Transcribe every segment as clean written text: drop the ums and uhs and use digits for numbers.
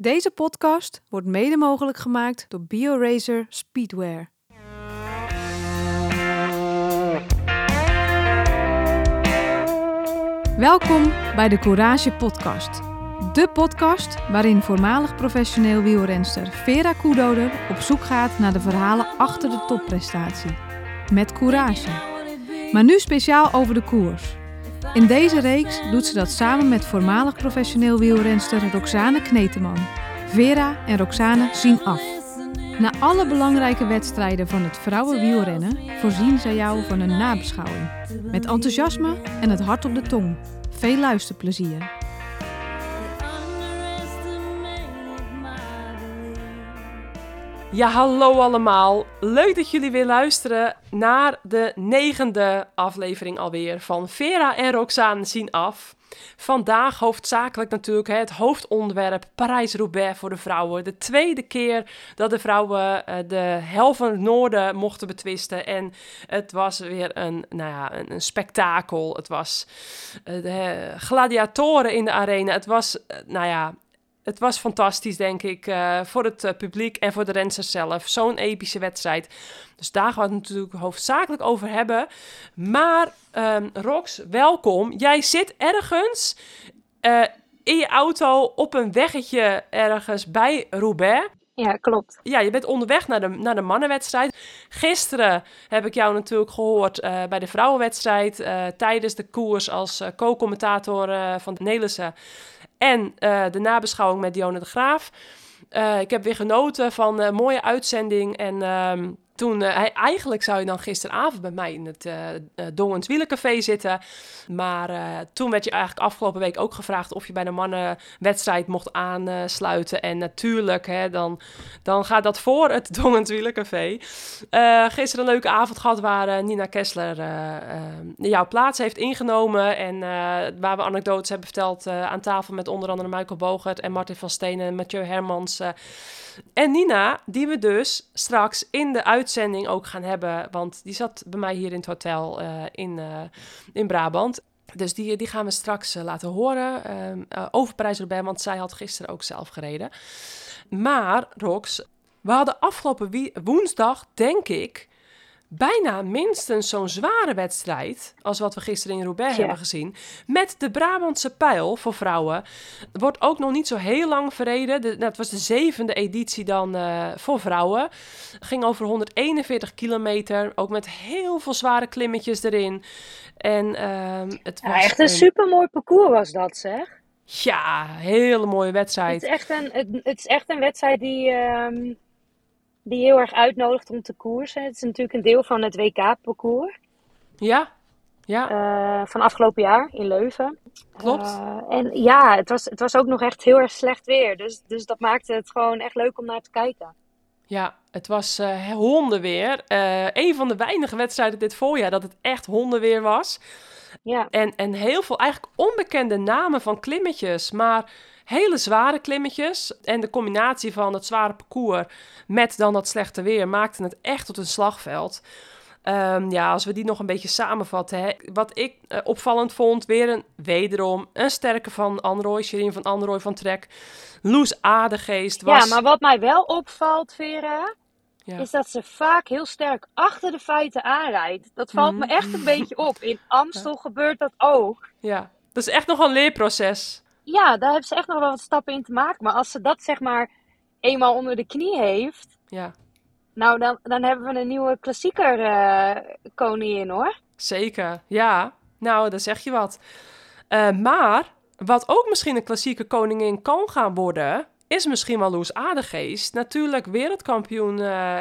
Deze podcast wordt mede mogelijk gemaakt door BioRacer Speedwear. Welkom bij de Courage Podcast. De podcast waarin voormalig professioneel wielrenster Vera Koedoder op zoek gaat naar de verhalen achter de topprestatie. Met courage. Maar nu speciaal over de koers. In deze reeks doet ze dat samen met voormalig professioneel wielrenster Roxane Kneteman. Vera en Roxane zien af. Na alle belangrijke wedstrijden van het vrouwenwielrennen voorzien zij jou van een nabeschouwing. Met enthousiasme en het hart op de tong. Veel luisterplezier. Ja, hallo allemaal. Leuk dat jullie weer luisteren naar de 9e aflevering alweer van Vera en Roxane zien af. Vandaag hoofdzakelijk natuurlijk het hoofdonderwerp Parijs-Roubaix voor de vrouwen. De tweede keer dat de vrouwen de hel van het noorden mochten betwisten. En het was weer een spektakel. Het was de gladiatoren in de arena. Het was, het was fantastisch, denk ik, voor het publiek en voor de rensters zelf. Zo'n epische wedstrijd. Dus daar gaan we het natuurlijk hoofdzakelijk over hebben. Maar Rox, welkom. Jij zit ergens in je auto op een weggetje ergens bij Roubaix. Ja, klopt. Ja, je bent onderweg naar de mannenwedstrijd. Gisteren heb ik jou natuurlijk gehoord bij de vrouwenwedstrijd. Tijdens de koers als co-commentator van Nelissen. En de nabeschouwing met Dionne de Graaf. Ik heb weer genoten van een mooie uitzending. En toen, eigenlijk zou je dan gisteravond bij mij in het Dongens Wielencafé zitten. Maar toen werd je eigenlijk afgelopen week ook gevraagd of je bij de mannenwedstrijd mocht aansluiten. En natuurlijk, dan gaat dat voor het Dongens Wielencafé. Gisteren een leuke avond gehad waar Nina Kessler jouw plaats heeft ingenomen. En waar we anekdotes hebben verteld aan tafel met onder andere Michael Bogert en Martin van Steen en Mathieu Hermans. En Nina, die we dus straks in de uitzending ook gaan hebben. Want die zat bij mij hier in het hotel in Brabant. Dus die gaan we straks laten horen over Parijs-Roubaix. Want zij had gisteren ook zelf gereden. Maar, Rox, we hadden afgelopen woensdag, denk ik, bijna minstens zo'n zware wedstrijd als wat we gisteren in Roubaix hebben gezien. Met de Brabantse Pijl voor vrouwen. Wordt ook nog niet zo heel lang verreden. Het was de 7e editie dan voor vrouwen. Ging over 141 kilometer. Ook met heel veel zware klimmetjes erin. En het was echt een supermooi parcours was dat, zeg. Ja, hele mooie wedstrijd. Het is echt een wedstrijd die heel erg uitnodigt om te koersen. Het is natuurlijk een deel van het WK-parcours. Ja. Van afgelopen jaar in Leuven. Klopt. En ja, het was ook nog echt heel erg slecht weer. Dus dat maakte het gewoon echt leuk om naar te kijken. Ja, het was hondenweer. Een van de weinige wedstrijden dit voorjaar dat het echt hondenweer was. Ja. En heel veel eigenlijk onbekende namen van klimmetjes, maar hele zware klimmetjes. En de combinatie van het zware parcours met dan dat slechte weer maakte het echt tot een slagveld. Als we die nog een beetje samenvatten. Wat ik opvallend vond, wederom een sterke van Anrooy, Shirin van Anrooy van Trek. Loes Adegeest was... Ja, maar wat mij wel opvalt, Vera, is dat ze vaak heel sterk achter de feiten aanrijdt. Dat valt me echt een beetje op. In Amstel gebeurt dat ook. Ja, dat is echt nog een leerproces. Ja, daar heeft ze echt nog wel wat stappen in te maken. Maar als ze dat zeg maar eenmaal onder de knie heeft... Ja. Nou, dan hebben we een nieuwe klassieker koningin, hoor. Zeker, ja. Nou, dan zeg je wat. Maar wat ook misschien een klassieke koningin kan gaan worden, is misschien wel Loes Adegeest. Natuurlijk wereldkampioen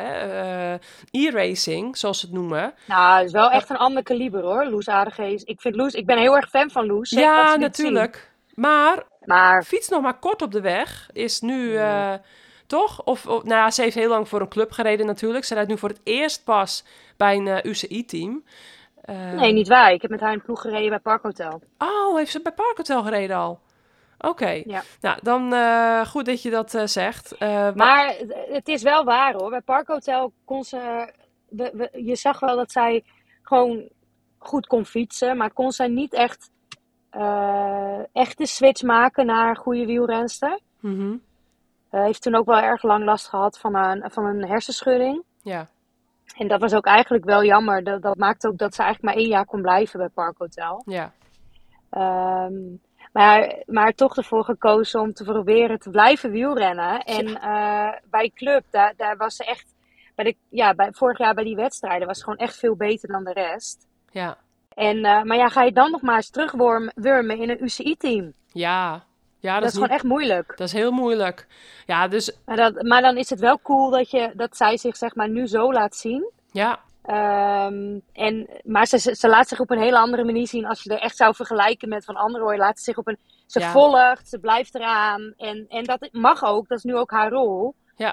e-racing, zoals ze het noemen. Nou, het is wel echt een ander kaliber, hoor, Loes Adegeest. Ik ben heel erg fan van Loes. Ja, natuurlijk. Maar fiets nog maar kort op de weg is nu... Toch? Ze heeft heel lang voor een club gereden natuurlijk. Ze rijdt nu voor het eerst pas bij een UCI-team. Nee, niet waar. Ik heb met haar een ploeg gereden bij Parkhotel. Oh, heeft ze bij Parkhotel gereden al? Oké. Ja. Nou, dan goed dat je dat zegt. Maar het is wel waar, hoor. Bij Parkhotel kon ze... je zag wel dat zij gewoon goed kon fietsen. Maar kon zij niet echt de switch maken naar goede wielrenster. Mm-hmm. Heeft toen ook wel erg lang last gehad van een hersenschudding. Ja. En dat was ook eigenlijk wel jammer. Dat maakte ook dat ze eigenlijk maar 1 jaar kon blijven bij Parkhotel. Ja. Maar toch ervoor gekozen om te proberen te blijven wielrennen. En bij Club, daar was ze echt... vorig jaar bij die wedstrijden was ze gewoon echt veel beter dan de rest. Ja. Maar ga je dan nog maar eens terugwurmen in een UCI-team? Ja. Ja, dat is gewoon echt moeilijk. Dat is heel moeilijk. Ja, dus... Maar dan is het wel cool dat zij zich zeg maar nu zo laat zien. Ja. Maar ze laat zich op een hele andere manier zien als je er echt zou vergelijken met Van Anrooij. Ze volgt, ze blijft eraan. En dat mag ook, dat is nu ook haar rol. Ja.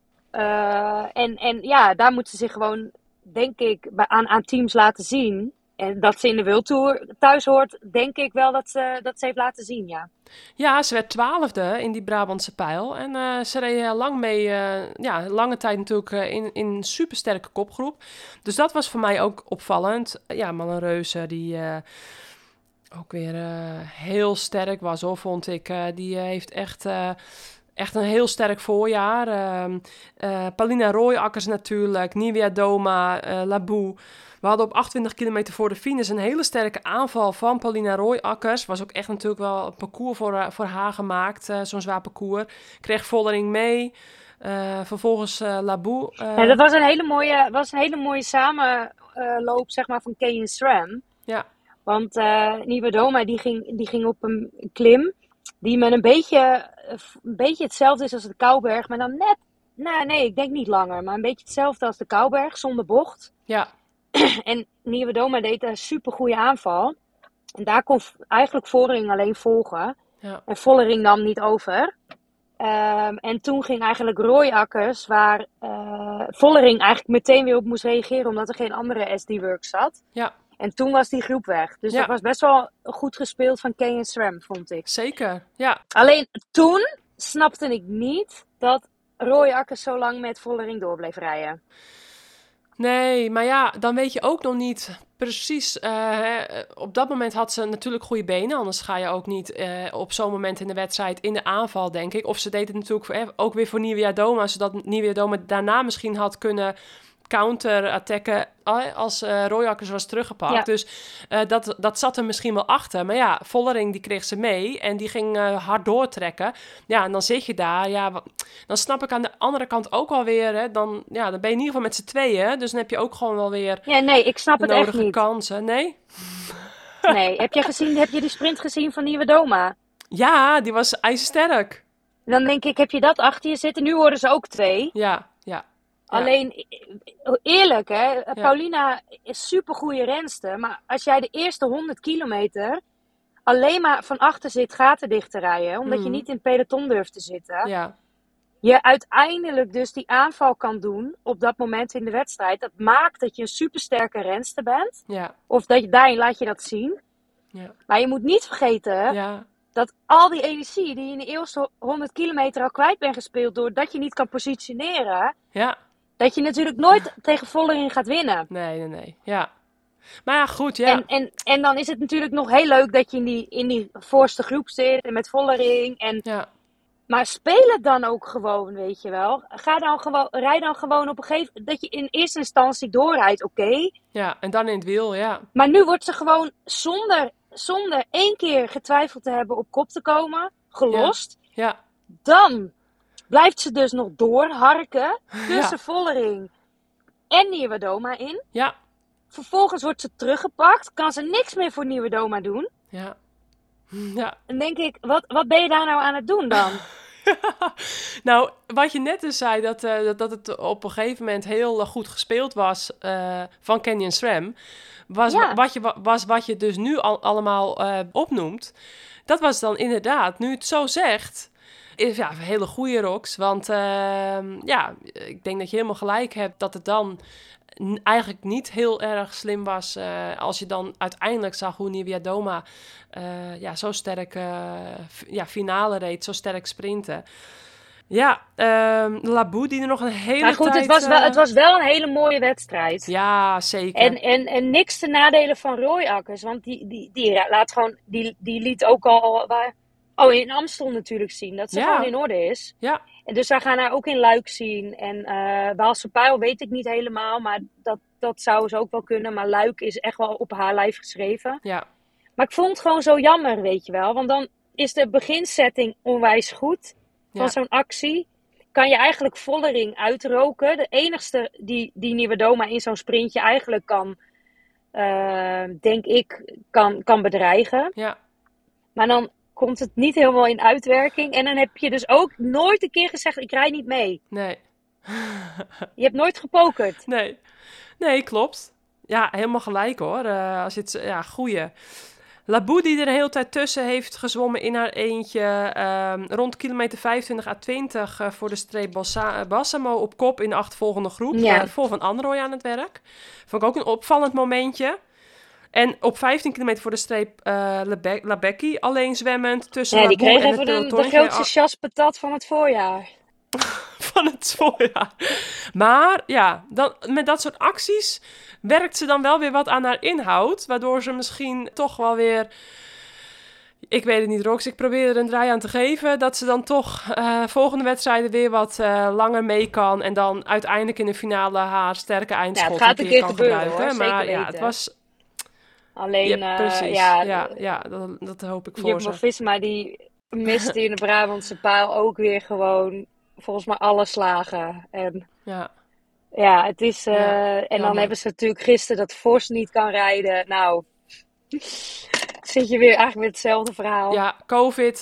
Daar moet ze zich gewoon, denk ik, aan teams laten zien. En dat ze in de World Tour thuis hoort, denk ik wel dat ze heeft laten zien, ja. Ja, ze werd 12e in die Brabantse pijl. En ze reed lang mee, lange tijd natuurlijk in een supersterke kopgroep. Dus dat was voor mij ook opvallend. Ja, Mannen Reuze, die ook weer heel sterk was, hoor, vond ik. Die heeft echt een heel sterk voorjaar. Paulina Rooijakkers natuurlijk, Nivea Doma, Labou. We hadden op 28 kilometer voor de finish een hele sterke aanval van Paulina Rooijakkers. Was ook echt natuurlijk wel een parcours voor haar gemaakt, zo'n zwaar parcours. Kreeg Vollering mee. Vervolgens Labou. Dat was een hele mooie samenloop, zeg maar, van Kay en SRAM. Ja. Want Nivea Doma die ging op een klim die met een beetje hetzelfde is als de Kouberg, maar dan net, nee, ik denk niet langer, maar een beetje hetzelfde als de Kouberg, zonder bocht. Ja. En Nivea Doma deed een supergoeie aanval. En daar kon eigenlijk Vollering alleen volgen. Ja. En Vollering nam niet over. En toen ging eigenlijk Rooijakkers, waar Vollering eigenlijk meteen weer op moest reageren, omdat er geen andere SD-work zat. Ja. En toen was die groep weg. Dus dat was best wel goed gespeeld van Kay en SRAM, vond ik. Zeker, ja. Alleen toen snapte ik niet dat Rooijakkers zo lang met Vollering door bleef rijden. Nee, maar ja, dan weet je ook nog niet precies. Op dat moment had ze natuurlijk goede benen. Anders ga je ook niet op zo'n moment in de wedstrijd in de aanval, denk ik. Of ze deed het natuurlijk ook weer voor Nivea Doma. Zodat Nivea Doma daarna misschien had kunnen counter-attacken als Rooijakkers was teruggepakt. Ja. Dus dat zat er misschien wel achter. Maar ja, Vollering die kreeg ze mee en die ging hard doortrekken. Ja, en dan zit je daar. Ja, dan snap ik aan de andere kant ook alweer. Hè, dan ben je in ieder geval met z'n tweeën. Dus dan heb je ook gewoon wel weer ik snap het echt niet. Kansen. Nee? Nee. Heb je die sprint gezien van Nivea Doma? Ja, die was ijzersterk. Dan denk ik, heb je dat achter je zitten? Nu worden ze ook 2. Ja. Alleen, eerlijk hè, Paulina is supergoeie renster. Maar als jij de eerste 100 kilometer alleen maar van achter zit gaten dicht te rijden, omdat je niet in het peloton durft te zitten, je uiteindelijk dus die aanval kan doen op dat moment in de wedstrijd. Dat maakt dat je een supersterke renster bent. Ja. Of daarin laat je dat zien. Ja. Maar je moet niet vergeten dat al die energie die je in de eerste 100 kilometer al kwijt bent gespeeld doordat je niet kan positioneren, dat je natuurlijk nooit tegen Vollering gaat winnen. Nee. Ja. Maar ja, goed, ja. En dan is het natuurlijk nog heel leuk dat je in die voorste groep zit en met Vollering. Maar speel het dan ook gewoon, weet je wel. Rij dan gewoon op een gegeven moment dat je in eerste instantie doorrijdt, oké. Ja, en dan in het wiel, ja. Maar nu wordt ze gewoon zonder 1 keer getwijfeld te hebben op kop te komen, gelost. Ja. Dan blijft ze dus nog doorharken tussen Vollering en Nivea Doma in. Ja. Vervolgens wordt ze teruggepakt. Kan ze niks meer voor Nivea Doma doen. Ja. Dan denk ik, wat ben je daar nou aan het doen dan? Nou, wat je net dus zei, dat het op een gegeven moment heel goed gespeeld was van Canyon SRAM, was wat je dus nu allemaal opnoemt. Dat was dan inderdaad, nu het zo zegt, is hele goede rocks. Want ik denk dat je helemaal gelijk hebt dat het dan eigenlijk niet heel erg slim was als je dan uiteindelijk zag hoe Nivea Doma zo sterk finale reed, zo sterk sprinten. Ja, Labou die er nog een hele tijd... Het was wel een hele mooie wedstrijd. Ja, zeker. En niks te nadelen van Rooijakkers, want die liet ook al... Oh, in Amstel natuurlijk zien. Dat ze gewoon in orde is. Ja. En dus wij gaan haar ook in Luik zien. En Waalse Pijl weet ik niet helemaal. Maar dat zou ze ook wel kunnen. Maar Luik is echt wel op haar lijf geschreven. Ja. Maar ik vond het gewoon zo jammer, weet je wel. Want dan is de beginsetting onwijs goed van zo'n actie. Kan je eigenlijk Vollering uitroken. De enigste die Nieuwe Doma in zo'n sprintje eigenlijk kan, denk ik, kan bedreigen. Ja. Maar dan komt het niet helemaal in uitwerking. En dan heb je dus ook nooit een keer gezegd, ik rijd niet mee. Nee. Je hebt nooit gepokerd. Nee, klopt. Ja, helemaal gelijk hoor. Als je het, goeie. Labou die er de hele tijd tussen heeft gezwommen in haar eentje. Rond kilometer 25 à 20 voor de streep Balsamo op kop in de achtervolgende groep. Vol van Anrooy aan het werk. Vond ik ook een opvallend momentje. En op 15 kilometer voor de streep Labecki alleen zwemmend tussen Ja, die Labou kreeg en even de grootste chaspatat van het voorjaar. Van het voorjaar. Maar ja, met dat soort acties werkt ze dan wel weer wat aan haar inhoud. Waardoor ze misschien toch wel weer... Ik weet het niet, Rox. Ik probeer er een draai aan te geven. Dat ze dan toch volgende wedstrijden weer wat langer mee kan. En dan uiteindelijk in de finale haar sterke eindschot het gaat een keer kan gebeuren, gebruiken. hoor. Maar zeker ja, het was... Alleen, precies. Dat hoop ik voor ze. Jumbo-Visma die miste in de Brabantse Pijl ook weer gewoon volgens mij alle slagen. En ja, het is... en dan hebben ze natuurlijk gisteren dat Vos niet kan rijden. Nou, zit je weer eigenlijk met hetzelfde verhaal. Ja, COVID...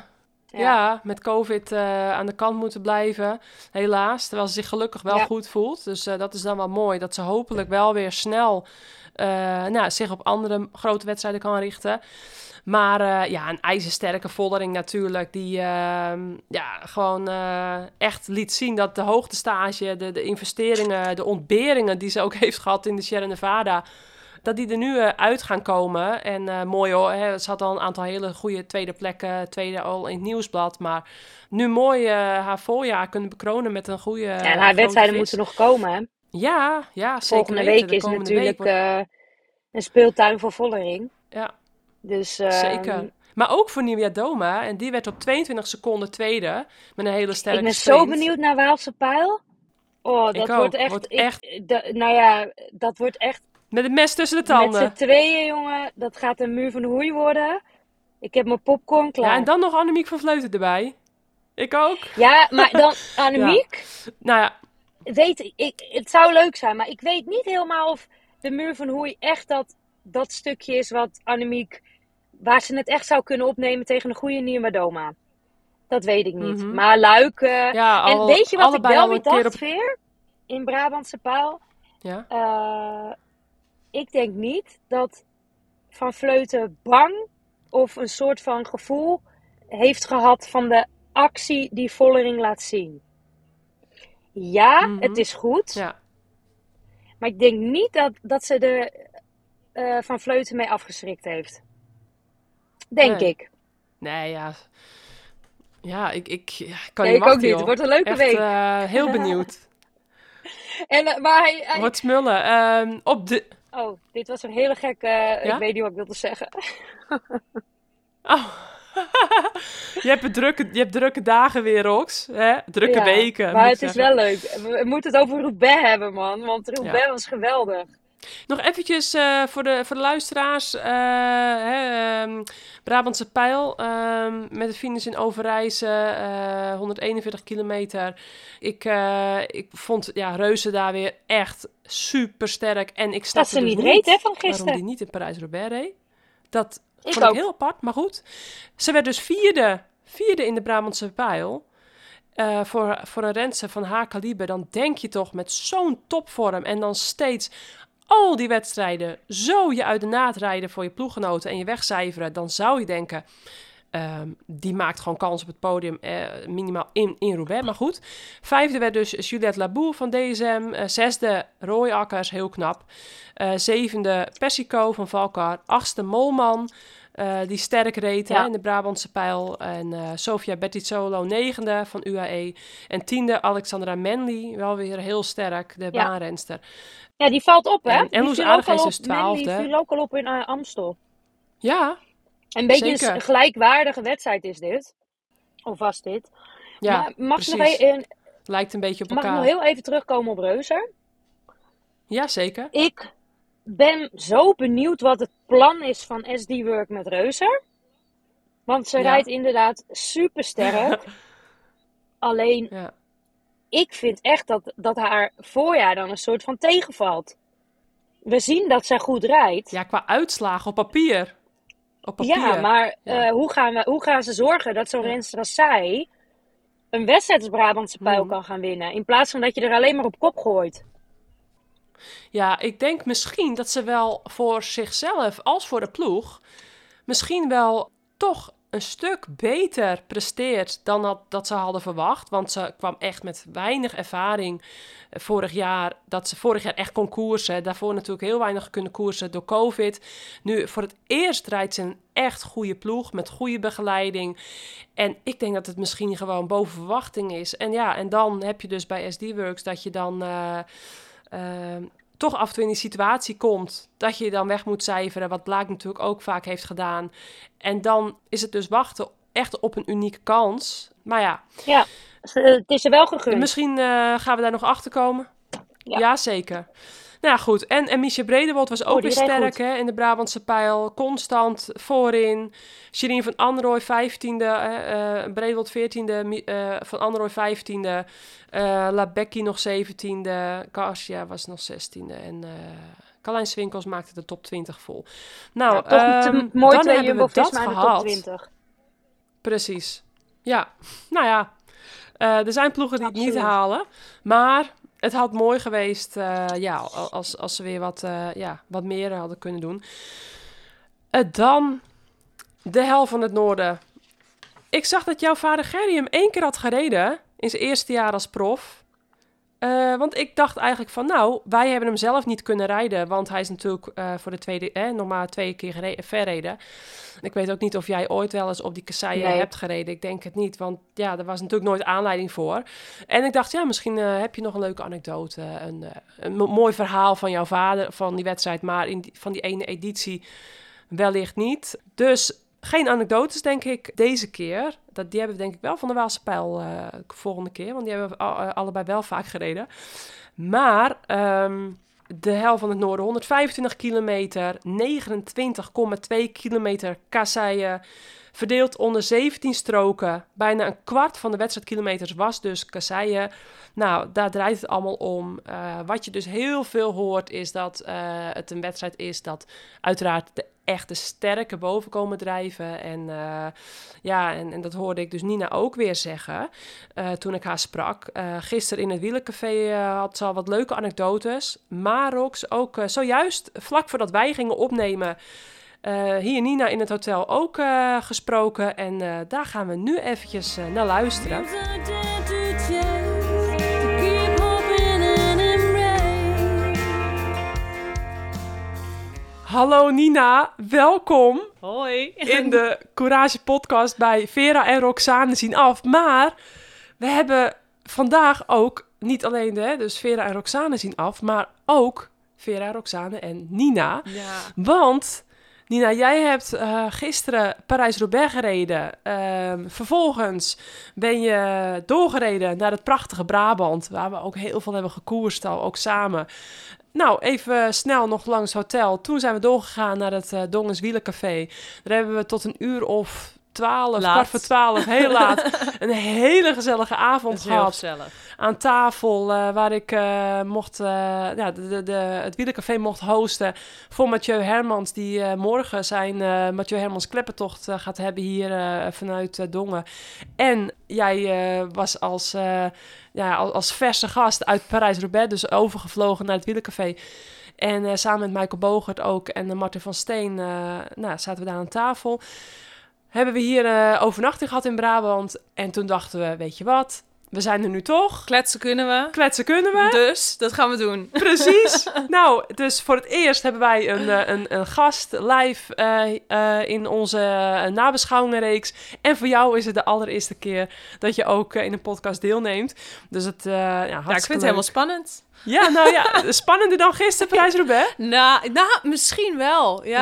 met COVID aan de kant moeten blijven, helaas. Terwijl ze zich gelukkig wel goed voelt. Dus dat is dan wel mooi. Dat ze hopelijk wel weer snel zich op andere grote wedstrijden kan richten. Maar een ijzersterke Vollering natuurlijk. Die gewoon echt liet zien dat de hoogtestage, de investeringen, de ontberingen die ze ook heeft gehad in de Sierra Nevada... dat die er nu uit gaan komen. En mooi hoor, ze had al een aantal hele goede tweede plekken, tweede al in het nieuwsblad. Maar nu mooi haar voorjaar kunnen bekronen met een goede... Ja, en haar wedstrijden moeten nog komen, hè? Ja, zeker. Volgende week is natuurlijk een speeltuin voor Vollering. Ja, dus, zeker. Maar ook voor Nieuwia Doma. En die werd op 22 seconden tweede. Met een hele sterke sprint. Ik ben zo benieuwd naar Waalse Pijl. Oh, dat wordt echt... dat wordt echt... Met het mes tussen de tanden. Met z'n tweeën, jongen. Dat gaat een muur van de hoei worden. Ik heb mijn popcorn klaar. Ja, en dan nog Annemiek van Vleuten erbij. Ik ook. Ja, maar dan Annemiek... Nou ja. Het zou leuk zijn, maar ik weet niet helemaal of de muur van de hoei echt dat stukje is wat Annemiek... waar ze het echt zou kunnen opnemen tegen een goede Nieuwe Doma. Dat weet ik niet. Mm-hmm. Maar Luik... en weet je wat ik wel weer dacht, Veer? In Brabantse Pijl? Ja. Ik denk niet dat Van Vleuten bang of een soort van gevoel heeft gehad van de actie die Vollering laat zien. Ja, het is goed. Ja. Maar ik denk niet dat ze er Van Vleuten mee afgeschrikt heeft. Denk ik. Nee, ja. Ja, ik kan niet wachten, ook niet. Joh. Het wordt een leuke week. Heel benieuwd. Maar hij... Wat smullen. Oh, dit was een hele gekke... Ik weet niet wat ik wilde zeggen. Oh. Je hebt drukke dagen weer, Rox. Hè? Drukke weken. Maar het is wel leuk. We moeten het over Roubaix hebben, man. Want Roubaix was geweldig. Nog eventjes voor de luisteraars. Brabantse Pijl. Met de finish in Overijse. 141 kilometer. Ik vond Reuze daar weer echt super sterk. En ik snap dat ze niet reed, hè, van gisteren. Waarom die niet in Parijs-Roubaix reed. Dat vond ik heel apart, maar goed. Ze werd dus vierde in de Brabantse Pijl. Voor een renster van haar kaliber, dan denk je toch met zo'n topvorm en dan steeds al die wedstrijden zo je uit de naad rijden voor je ploeggenoten en je wegcijferen, dan zou je denken, die maakt gewoon kans op het podium, minimaal in Roubaix. Maar goed, vijfde werd dus Juliette Labou van DSM, zesde Roy Akkers, heel knap, zevende Persico van Valkar, achtste Molman, die sterk reed in de Brabantse Pijl. En Sofia Bettizzolo negende van UAE. En tiende Alexandra Menli, wel weer heel sterk, de baanrenster. Ja, die valt op, hè? En Loes Aardigheid is dus 12e. Die viel ook al op in Amstel. Ja, Een beetje Zeker. een gelijkwaardige wedstrijd is dit. Of was dit. Ja, Maar mag ik precies. Lijkt een beetje op nog elkaar. heel even terugkomen op Reuser? Ja, zeker. Ik ben zo benieuwd wat het plan is van SD Work met Reuser. Want ze rijdt inderdaad super sterk. Alleen, Ja. ik vind echt dat haar voorjaar dan een soort van tegenvalt. We zien dat zij goed rijdt. Ja, qua uitslagen op papier. Ja, maar Ja. hoe gaan ze zorgen dat zo'n renster als zij een wedstrijd als Brabantse Pijl kan gaan winnen? In plaats van dat je er alleen maar op kop gooit. Ja, ik denk misschien dat ze wel voor zichzelf als voor de ploeg misschien wel toch een stuk beter presteert dan dat ze hadden verwacht. Want ze kwam echt met weinig ervaring vorig jaar. Dat ze vorig jaar echt kon koersen. Daarvoor natuurlijk heel weinig kunnen koersen door COVID. Nu voor het eerst rijdt ze een echt goede ploeg met goede begeleiding. En ik denk dat het misschien gewoon boven verwachting is. En ja, en dan heb je dus bij SD Works dat je dan toch af en toe in die situatie komt dat je dan weg moet cijferen, wat Blaak natuurlijk ook vaak heeft gedaan. En dan is het dus wachten echt op een unieke kans. Maar ja. Ja, het is er wel gegund. Misschien gaan we daar nog achter komen. Ja, zeker. Nou ja, goed. En Miesje Bredewold was ook weer sterk in de Brabantse Pijl. Constant voorin. Sherine van Anrooy 15e. Bredewold 14e. Van Anrooy 15e. Labecki nog 17e. Garcia was nog 16e. En Carlijn Swinkels maakte de top 20 vol. Nou, mooi dan twee hebben we dat in de gehad. top 20. Precies. Ja, nou ja. Er zijn ploegen die het niet halen. Maar het had mooi geweest als ze weer wat meer hadden kunnen doen. Dan de hel van het noorden. Ik zag dat jouw vader Gerry hem 1 keer had gereden in zijn eerste jaar als prof. Want ik dacht eigenlijk van, wij hebben hem zelf niet kunnen rijden. Want hij is natuurlijk voor de tweede, nog maar 2 keer verreden. Ik weet ook niet of jij ooit wel eens op die kasseien hebt gereden. Ik denk het niet, want ja, er was natuurlijk nooit aanleiding voor. En ik dacht, misschien heb je nog een leuke anekdote. Een mooi verhaal van jouw vader, van die wedstrijd. Maar van die ene editie wellicht niet. Dus geen anekdotes, denk ik, deze keer. Die hebben we denk ik wel van de Waalse Pijl volgende keer. Want die hebben we allebei wel vaak gereden. Maar de hel van het noorden, 125 kilometer, 29,2 kilometer kasseien. Verdeeld onder 17 stroken. Bijna een kwart van de wedstrijdkilometers was dus kasseien. Nou, daar draait het allemaal om. Wat je dus heel veel hoort is dat het een wedstrijd is dat uiteraard de echte sterke boven komen drijven. En dat hoorde ik dus Nina ook weer zeggen toen ik haar sprak. Gisteren in het Wielencafé had ze al wat leuke anekdotes. Marox ook zojuist vlak voordat wij gingen opnemen. Hier Nina in het hotel ook gesproken. En daar gaan we nu eventjes naar luisteren. Hallo Nina, welkom. Hoi. In de Courage podcast bij Vera en Roxane zien af. Maar we hebben vandaag ook niet alleen dus Vera en Roxane zien af, maar ook Vera, Roxane en Nina. Ja. Want Nina, jij hebt gisteren Parijs-Roubaix gereden. Vervolgens ben je doorgereden naar het prachtige Brabant, waar we ook heel veel hebben gekoerst al, ook samen. Nou, even snel nog langs het hotel. Toen zijn we doorgegaan naar het Dongens Wielencafé. Daar hebben we tot 1:12, kwart voor 12, heel laat, een hele gezellige avond gehad. Gezellig. Aan tafel waar ik het Wielencafé mocht hosten voor Mathieu Hermans, die morgen zijn Mathieu Hermans kleppentocht gaat hebben hier vanuit Dongen. En jij was als verse gast uit Parijs-Roubaix, dus overgevlogen naar het Wielencafé. En samen met Michael Bogert ook en Martin van Steen zaten we daar aan tafel. Hebben we hier overnachting gehad in Brabant. En toen dachten we, weet je wat, we zijn er nu toch. Kletsen kunnen we. Dus, dat gaan we doen. Precies. Nou, dus voor het eerst hebben wij een gast live in onze nabeschouwingenreeks. En voor jou is het de allereerste keer dat je ook in een podcast deelneemt. Dus het hartstikke ik vind het helemaal spannend. Ja, spannender dan gisteren Parijs-Roubaix? Nou, misschien wel, ja.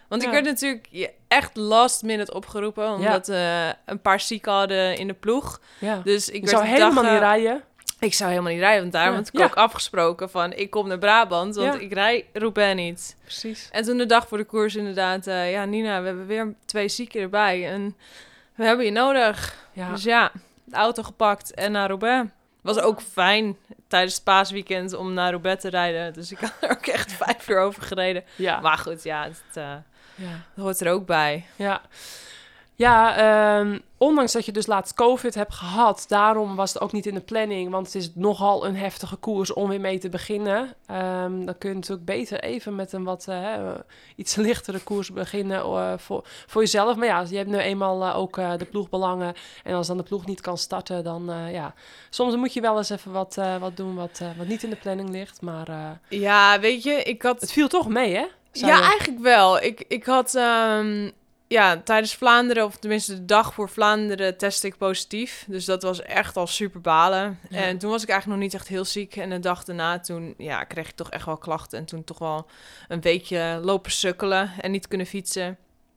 Want ik werd natuurlijk echt last minute opgeroepen. Omdat een paar zieken hadden in de ploeg. Ja. Dus ik zou helemaal niet rijden. Ik zou helemaal niet rijden. Want daarom had ik ook afgesproken van... Ik kom naar Brabant, want ik rij Roubaix niet. Precies. En toen de dag voor de koers inderdaad... Nina, we hebben weer 2 zieken erbij. En we hebben je nodig. Ja. Dus de auto gepakt en naar Roubaix. Was ook fijn tijdens het paasweekend om naar Roubaix te rijden. Dus ik had er ook echt 5 uur over gereden. Ja. Maar goed, het hoort er ook bij. Ja. Ja, ondanks dat je dus laatst COVID hebt gehad, daarom was het ook niet in de planning, want het is nogal een heftige koers om weer mee te beginnen. Dan kun je natuurlijk beter even met een wat iets lichtere koers beginnen voor jezelf. Maar ja, je hebt nu eenmaal ook de ploegbelangen en als dan de ploeg niet kan starten, dan soms moet je wel eens even wat doen wat niet in de planning ligt. Maar ja, weet je, het viel toch mee, hè? Eigenlijk wel. Ik had... tijdens Vlaanderen, of tenminste de dag voor Vlaanderen, testte ik positief. Dus dat was echt al super balen. Ja. En toen was ik eigenlijk nog niet echt heel ziek. En de dag daarna, toen kreeg ik toch echt wel klachten. En toen toch wel een weekje lopen sukkelen en niet kunnen fietsen.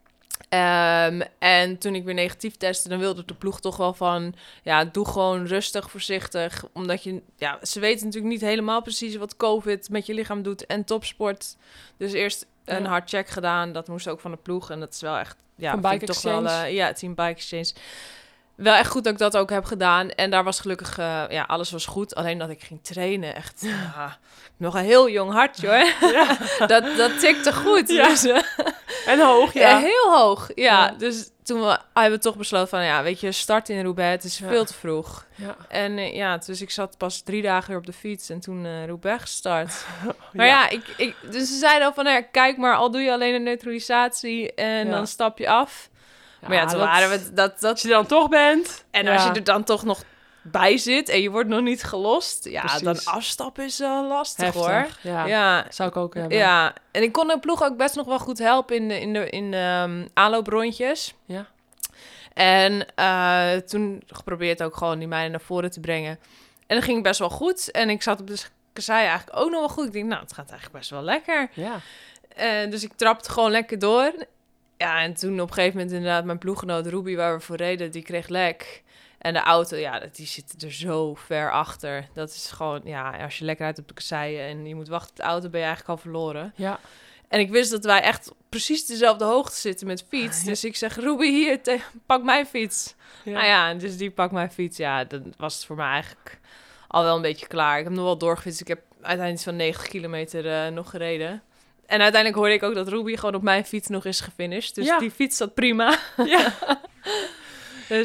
En toen ik weer negatief testte, dan wilde de ploeg toch wel van... doe gewoon rustig, voorzichtig. Omdat ze weten natuurlijk niet helemaal precies wat COVID met je lichaam doet en topsport. Dus eerst een hardcheck gedaan. Dat moest ook van de ploeg. En dat is wel echt... Van Bike Exchange? Team Bike Exchange. Wel echt goed dat ik dat ook heb gedaan. En daar was gelukkig... alles was goed. Alleen dat ik ging trainen. Echt... nog een heel jong hartje, hoor. Ja. dat tikte goed. Ja. Dus, en hoog, ja. Heel hoog, ja. Dus toen hebben we toch besloten van... weet je, start in Roubaix. Het is veel te vroeg. Ja. En dus ik zat pas 3 dagen weer op de fiets. En toen Roubaix gestart. Maar dus ze zeiden al van... kijk maar, al doe je alleen een neutralisatie... en dan stap je af. Maar toen waren we... Dat als je dan toch bent... En als je er dan toch nog bij zit... en je wordt nog niet gelost... dan afstappen is lastig. Heftig, hoor. Ja, zou ik ook hebben. Ja, en ik kon de ploeg ook best nog wel goed helpen... in de aanlooprondjes. Ja. En toen geprobeerd ook gewoon die meiden naar voren te brengen. En dat ging best wel goed. En ik zat op de kassei eigenlijk ook nog wel goed. Ik denk, het gaat eigenlijk best wel lekker. Ja. Dus ik trapte gewoon lekker door... Ja, en toen op een gegeven moment inderdaad mijn ploeggenoot Ruby, waar we voor reden, die kreeg lek. En de auto, die zit er zo ver achter. Dat is gewoon, als je lekker uit op de kasseien en je moet wachten op de auto, ben je eigenlijk al verloren. Ja. En ik wist dat wij echt precies dezelfde hoogte zitten met fiets. Ja. Dus ik zeg, Ruby, hier, pak mijn fiets. Ja. Dus die pakt mijn fiets. Ja, dan was het voor mij eigenlijk al wel een beetje klaar. Ik heb nog wel doorgefietst. Ik heb uiteindelijk van 90 kilometer nog gereden. En uiteindelijk hoorde ik ook dat Ruby gewoon op mijn fiets nog is gefinished. Dus die fiets zat prima. Ja. Dus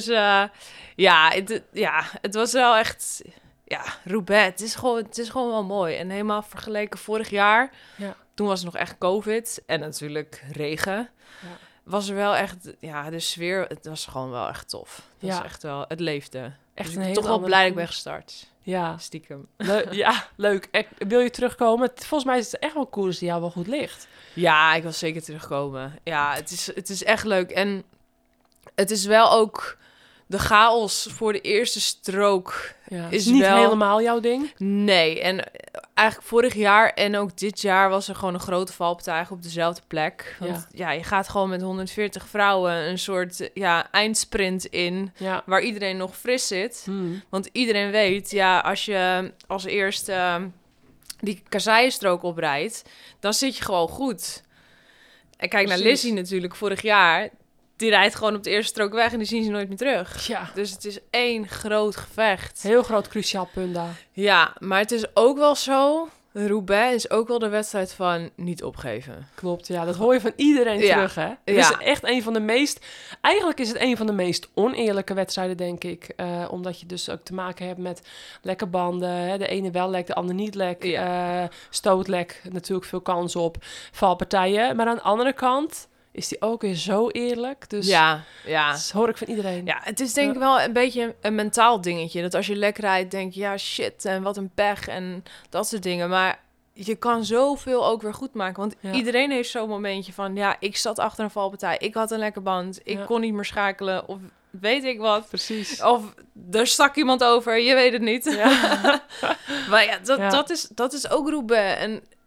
het was wel echt... Ja, Roubaix, het is gewoon wel mooi. En helemaal vergeleken vorig jaar... Ja. Toen was het nog echt COVID. En natuurlijk regen. Ja. Was er wel echt... Ja, de sfeer, het was gewoon wel echt tof. Het was echt wel... Het leefde. Echt dus ik ben toch wel blij dat ik ben gestart. Ja. Stiekem. Leuk. Wil je terugkomen? Volgens mij is het echt wel een koers die jou wel goed ligt. Ja, ik wil zeker terugkomen. Ja, het is echt leuk. En het is wel ook... De chaos voor de eerste strook is niet wel... helemaal jouw ding? Nee, en eigenlijk vorig jaar en ook dit jaar was er gewoon een grote valpartij op dezelfde plek. Want je gaat gewoon met 140 vrouwen een soort eindsprint in, waar iedereen nog fris zit. Want iedereen weet, als je als eerste die kasseienstrook oprijdt, dan zit je gewoon goed. En kijk naar Lizzie natuurlijk vorig jaar... Die rijdt gewoon op de eerste strook weg en die zien ze nooit meer terug. Ja. Dus het is 1 groot gevecht. Heel groot cruciaal punt daar. Ja, maar het is ook wel zo... Roubaix is ook wel de wedstrijd van niet opgeven. Klopt, ja. Dat hoor je van iedereen terug, hè? Het is echt een van de meest... Eigenlijk is het een van de meest oneerlijke wedstrijden, denk ik. Omdat je dus ook te maken hebt met lekke banden. Hè? De ene wel lek, de ander niet lek. Stootlek, natuurlijk veel kans op. Valpartijen. Maar aan de andere kant... is die ook weer zo eerlijk. Dus dat hoor ik van iedereen. Ja, het is denk ik wel een beetje een mentaal dingetje. Dat als je lekker rijdt, denk je, shit, en wat een pech en dat soort dingen. Maar je kan zoveel ook weer goed maken. Want iedereen heeft zo'n momentje van, ik zat achter een valpartij. Ik had een lekker band. Ik kon niet meer schakelen. Of weet ik wat. Precies. Of er stak iemand over. Je weet het niet. Ja. Maar dat is ook Roubaix. En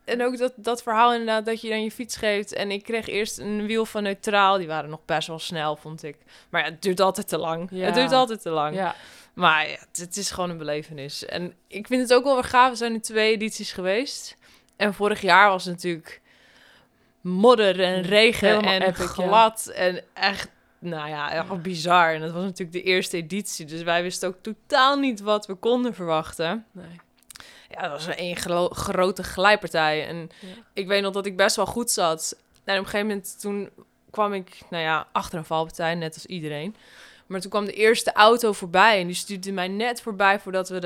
En ook dat verhaal inderdaad, dat je dan je fiets geeft. En ik kreeg eerst een wiel van Neutraal. Die waren nog best wel snel, vond ik. Maar ja, het duurt altijd te lang. Ja. Het duurt altijd te lang. Ja. Maar ja, het is gewoon een belevenis. En ik vind het ook wel weer gaaf. We zijn nu 2 edities geweest. En vorig jaar was het natuurlijk modder en regen Helemaal en epic, glad. En echt, nou ja, echt bizar. En dat was natuurlijk de eerste editie. Dus wij wisten ook totaal niet wat we konden verwachten. Nee. Ja, dat was een grote glijpartij. En ik weet nog dat ik best wel goed zat. En op een gegeven moment toen kwam ik, achter een valpartij, net als iedereen. Maar toen kwam de eerste auto voorbij. En die stuurde mij net voorbij voordat we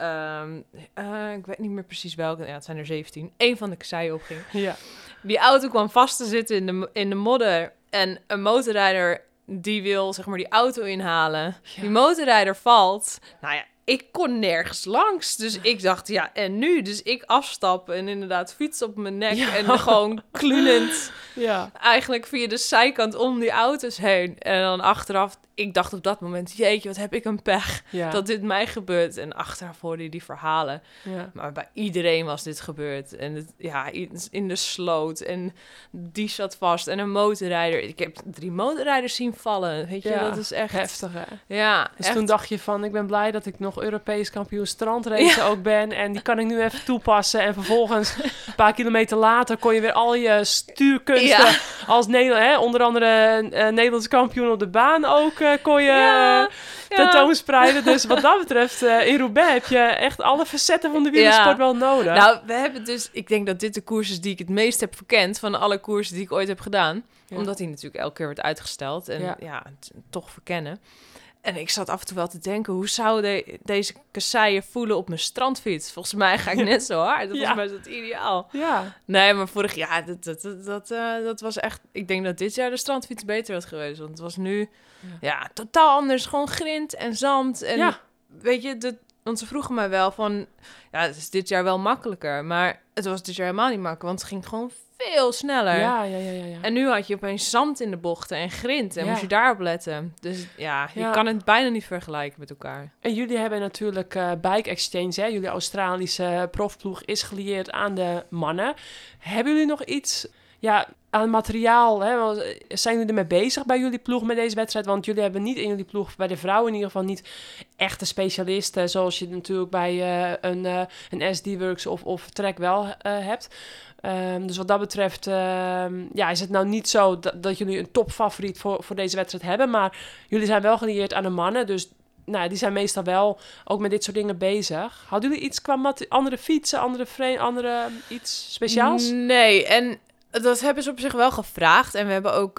ik weet niet meer precies welke. Ja, het zijn er 17. Eén van de kasseien opging. Ja. Die auto kwam vast te zitten in de modder. En een motorrijder die wil, zeg maar, die auto inhalen. Ja. Die motorrijder valt. Nou ja, ik kon nergens langs. Dus ik dacht, ja, en nu? Dus ik afstappen en inderdaad fietsen op mijn nek. Ja. En gewoon klunend. Ja. Eigenlijk via de zijkant om die auto's heen. En dan achteraf, ik dacht op dat moment, jeetje, wat heb ik een pech dat dit mij gebeurt. En achteraf hoorde je die verhalen. Ja. Maar bij iedereen was dit gebeurd. En in de sloot. En die zat vast. En een motorrijder. Ik heb 3 motorrijders zien vallen. Weet je, dat is echt heftig, hè? Ja, dus echt. toen dacht je van, ik ben blij dat ik nog Europees kampioen strandrace ook ben. En die kan ik nu even toepassen. En vervolgens, een paar kilometer later, kon je weer al je stuurkunsten als onder andere Nederlands kampioen op de baan ook kon je tentoonspreiden. Dus wat dat betreft, in Roubaix heb je echt alle facetten van de wielersport wel nodig. Nou, we hebben dus, ik denk dat dit de koers is die ik het meest heb verkend van alle koersen die ik ooit heb gedaan. Ja. Omdat die natuurlijk elke keer werd uitgesteld en toch verkennen. En ik zat af en toe wel te denken, hoe zou deze kasseien voelen op mijn strandfiets? Volgens mij ga ik net zo hard. Volgens mij is dat ideaal. Ja. Nee, maar vorig jaar, dat was echt... Ik denk dat dit jaar de strandfiets beter had geweest. Want het was nu totaal anders. Gewoon grind en zand. En weet je, want ze vroegen mij wel van... Ja, het is dit jaar wel makkelijker. Maar het was dit jaar helemaal niet makkelijk. Want het ging gewoon veel sneller. Ja. En nu had je opeens zand in de bochten en grind. En moest je daarop letten. Dus je kan het bijna niet vergelijken met elkaar. En jullie hebben natuurlijk Bike Exchange, hè? Jullie Australische profploeg is gelieerd aan de mannen. Hebben jullie nog iets aan materiaal? Hè? Zijn jullie ermee bezig bij jullie ploeg met deze wedstrijd? Want jullie hebben niet in jullie ploeg, bij de vrouwen in ieder geval, niet echte specialisten. Zoals je natuurlijk bij een SD-Works of Trek wel hebt. Dus wat dat betreft is het nou niet zo dat jullie een topfavoriet voor deze wedstrijd hebben. Maar jullie zijn wel gelieerd aan de mannen. Dus die zijn meestal wel ook met dit soort dingen bezig. Hadden jullie iets qua andere fietsen, andere iets speciaals? Nee, en dat hebben ze op zich wel gevraagd. En we hebben ook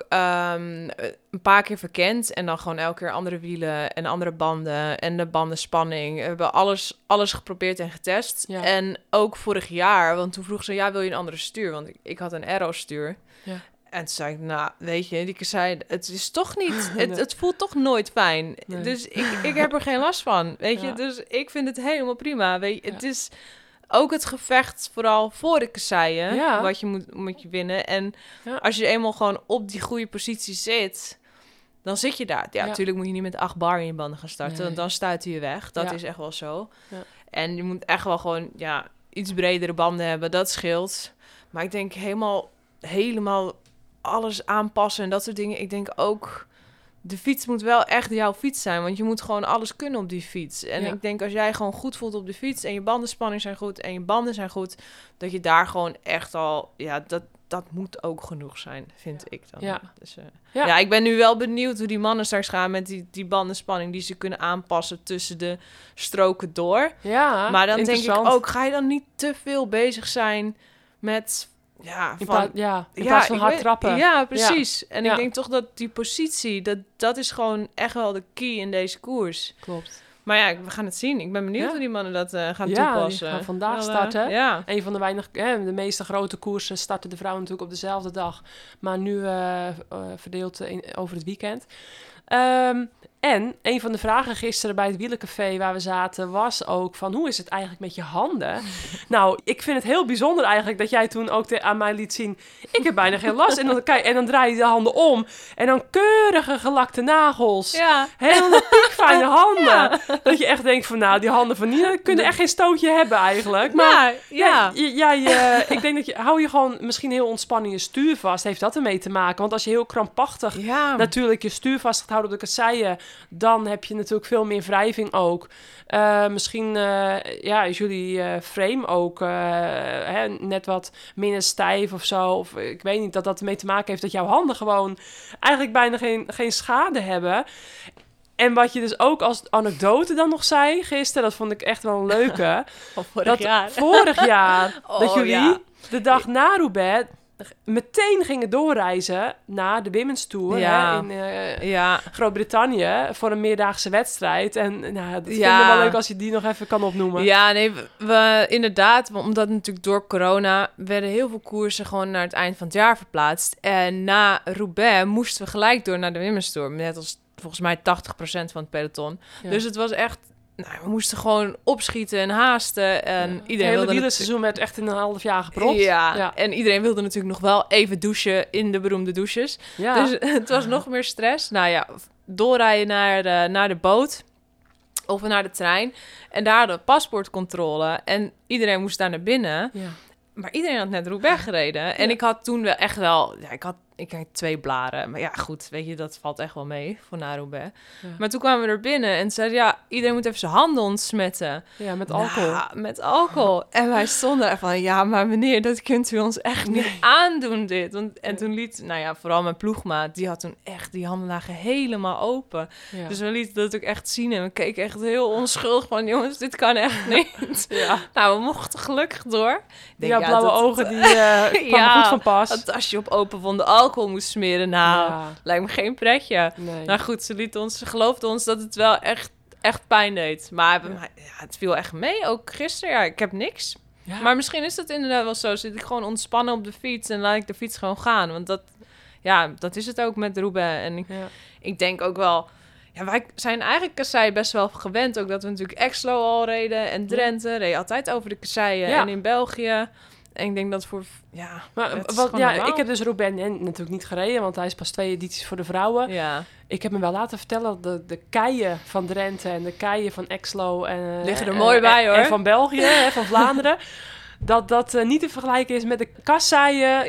een paar keer verkend. En dan gewoon elke keer andere wielen en andere banden. En de bandenspanning. We hebben alles geprobeerd en getest. Ja. En ook vorig jaar, want toen vroeg ze, wil je een andere stuur? Want ik had een aero-stuur. Ja. En toen zei ik, weet je, die zei, het is toch niet, het voelt toch nooit fijn. Nee. Dus ik heb er geen last van, weet je. Dus ik vind het helemaal prima, weet je. Het is ook het gevecht vooral voor de kasseien, wat je moet je winnen. En als je eenmaal gewoon op die goede positie zit, dan zit je daar. Ja, natuurlijk moet je niet met 8 bar in je banden gaan starten, want dan stuit je weg. Dat is echt wel zo. Ja. En je moet echt wel gewoon, iets bredere banden hebben, dat scheelt. Maar ik denk helemaal alles aanpassen en dat soort dingen. Ik denk ook, de fiets moet wel echt jouw fiets zijn, want je moet gewoon alles kunnen op die fiets. En ik denk, als jij gewoon goed voelt op de fiets en je bandenspanning zijn goed en je banden zijn goed, dat je daar gewoon echt al, dat moet ook genoeg zijn, vind ik dan. Ja. Dus, ik ben nu wel benieuwd hoe die mannen straks gaan met die bandenspanning die ze kunnen aanpassen tussen de stroken door. Ja, maar dan denk ik ook, ga je dan niet te veel bezig zijn met in plaats van hard trappen. Ja, precies. Ja. En ik denk toch dat die positie, dat is gewoon echt wel de key in deze koers. Klopt. Maar we gaan het zien. Ik ben benieuwd hoe die mannen dat gaan toepassen. Die gaan vandaag starten. Een van de meeste grote koersen starten de vrouwen natuurlijk op dezelfde dag. Maar nu verdeeld over het weekend. En een van de vragen gisteren bij het Wielencafé waar we zaten was ook van hoe is het eigenlijk met je handen? Nou, ik vind het heel bijzonder eigenlijk dat jij toen ook aan mij liet zien, ik heb bijna geen last. En dan draai je de handen om en dan keurige gelakte nagels. Ja. Hele piekfijne handen. Ja. Dat je echt denkt van nou, die handen van Nina kunnen echt geen stootje hebben eigenlijk. Maar ik denk dat hou je gewoon misschien heel ontspannen je stuur vast. Heeft dat ermee te maken? Want als je heel krampachtig natuurlijk je stuur vast gaat houden op de kasseien, dan heb je natuurlijk veel meer wrijving ook. Misschien is jullie frame ook net wat minder stijf of zo. Of ik weet niet, dat ermee te maken heeft dat jouw handen gewoon eigenlijk bijna geen schade hebben. En wat je dus ook als anekdote dan nog zei gisteren, dat vond ik echt wel een leuke. Vorig jaar. Dat jullie de dag na Roubaix meteen gingen doorreizen naar de Women's Tour in Groot-Brittannië voor een meerdaagse wedstrijd. En dat vind ik wel leuk als je die nog even kan opnoemen. Ja, nee, we inderdaad, omdat natuurlijk door corona werden heel veel koersen gewoon naar het eind van het jaar verplaatst. En na Roubaix moesten we gelijk door naar de Women's Tour, net als volgens mij 80% van het peloton. Ja. Dus het was echt, we moesten gewoon opschieten en haasten. En iedereen het hele wielerseizoen werd echt in een half jaar gepropt. Ja, en iedereen wilde natuurlijk nog wel even douchen in de beroemde douches. Ja. Dus het was nog meer stress. Nou ja, doorrijden naar de boot of naar de trein. En daar de paspoortcontrole. En iedereen moest daar naar binnen. Ja. Maar iedereen had net Roubaix gereden. Ja. En ik had toen wel echt wel... Ik had 2 blaren. Maar ja, goed, weet je, dat valt echt wel mee voor na Roubaix. Ja. Maar toen kwamen we er binnen en zeiden, iedereen moet even zijn handen ontsmetten. Ja, met alcohol. Ja, met alcohol. En wij stonden er van, maar meneer, dat kunt u ons echt niet aandoen, dit. En toen liet, vooral mijn ploegmaat, die had toen echt, die handen lagen helemaal open. Ja. Dus we lieten dat ook echt zien en we keken echt heel onschuldig van, jongens, dit kan echt niet. Ja. Nou, we mochten gelukkig door. Denk, blauwe ogen, die kwamen goed van pas. Dat als je op open wond alcohol moest smeren, lijkt me geen pretje. Nee. Nou goed, ze geloofden ons dat het wel echt pijn deed. Maar het viel echt mee, ook gisteren. Ja, ik heb niks. Ja. Maar misschien is dat inderdaad wel zo. Zit ik gewoon ontspannen op de fiets en laat ik de fiets gewoon gaan. Want dat is het ook met Roubaix. En ik denk ook wel, wij zijn eigenlijk kasseien best wel gewend. Ook dat we natuurlijk Exlo al reden en Drenthe reden altijd over de kasseien. En in België. En ik denk dat voor... ik heb dus Roubaix natuurlijk niet gereden, want hij is pas 2 edities voor de vrouwen. Ja. Ik heb me wel laten vertellen dat de keien van Drenthe en de keien van Exlo en liggen er mooi bij, hoor. En van België, van Vlaanderen. Dat niet te vergelijken is met de kasseien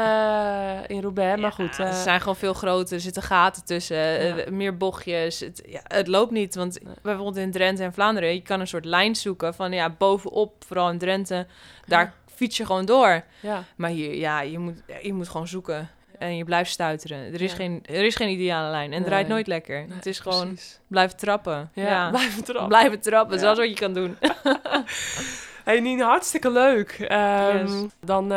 in Roubaix. Ja, maar goed. Ze zijn gewoon veel groter. Er zitten gaten tussen. Meer bochtjes. Het loopt niet. Want bijvoorbeeld in Drenthe en Vlaanderen, je kan een soort lijn zoeken van bovenop, vooral in Drenthe, daar fiets je gewoon door. Ja. Maar hier, je moet gewoon zoeken. En je blijft stuiteren. Er is geen ideale lijn. En het rijdt nooit lekker. Nee, het is gewoon blijven trappen. Ja. Blijven trappen. Blijven trappen. Dat is wat je kan doen. Hey Nien, hartstikke leuk. Dan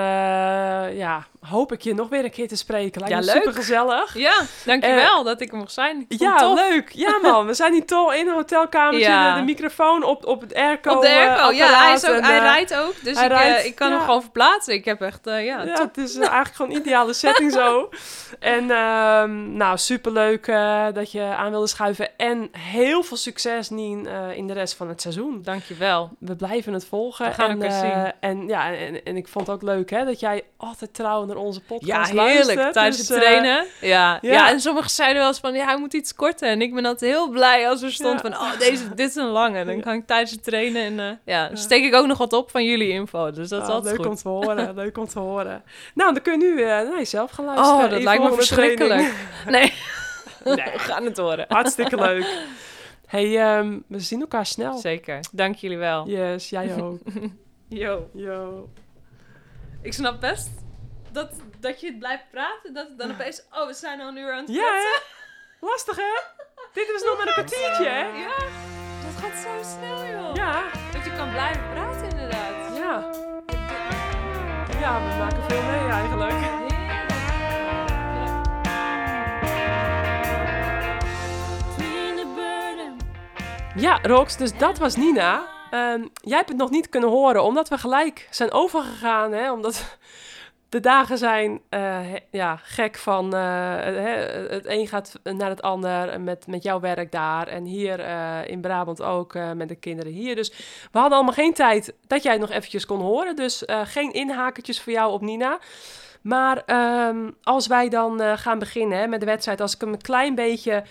hoop ik je nog weer een keer te spreken. Lijkt me super gezellig. Ja, dankjewel dat ik er mocht zijn. Leuk. Ja man, we zijn hier toch in een hotelkamertje. De microfoon op het airco. Op de airco, hij rijdt ook. Dus ik kan hem gewoon verplaatsen. Ik heb echt, het is eigenlijk gewoon een ideale setting zo. En superleuk dat je aan wilde schuiven. En heel veel succes, Nien, in de rest van het seizoen. Dankjewel. We blijven het volgen. We gaan elkaar zien. En ik vond het ook leuk hè, dat jij altijd trouw naar onze podcast luistert. Heerlijk. Tijdens het trainen. Ja, en sommigen zeiden wel eens van, hij moet iets korter. En ik ben altijd heel blij als er stond van, dit is een lange. Dan kan ik tijdens het trainen dan steek ik ook nog wat op van jullie info. Dus dat is altijd leuk goed. Leuk om te horen. Nou, dan kun je nu naar jezelf gaan luisteren. Oh, dat lijkt me verschrikkelijk. Nee, we gaan het horen. Hartstikke leuk. Hey, we zien elkaar snel. Zeker. Dank jullie wel. Yes, jij ook. Yo. Ik snap best dat je blijft praten. Dat het dan opeens, we zijn al een uur aan het kletsen. Ja, hè? Lastig, hè? Dit was nog maar een kwartiertje, hè? Ja, dat gaat zo snel, joh. Ja. Dat je kan blijven praten, inderdaad. Ja. Ja, we maken veel mee eigenlijk. Ja, Rox, dus dat was Nina. Jij hebt het nog niet kunnen horen, omdat we gelijk zijn overgegaan, hè? Omdat De dagen zijn gek van het een gaat naar het ander met jouw werk daar. En hier in Brabant ook met de kinderen hier. Dus we hadden allemaal geen tijd dat jij het nog eventjes kon horen. Dus geen inhakertjes voor jou op Nina. Maar als wij dan gaan beginnen met de wedstrijd, als ik hem een klein beetje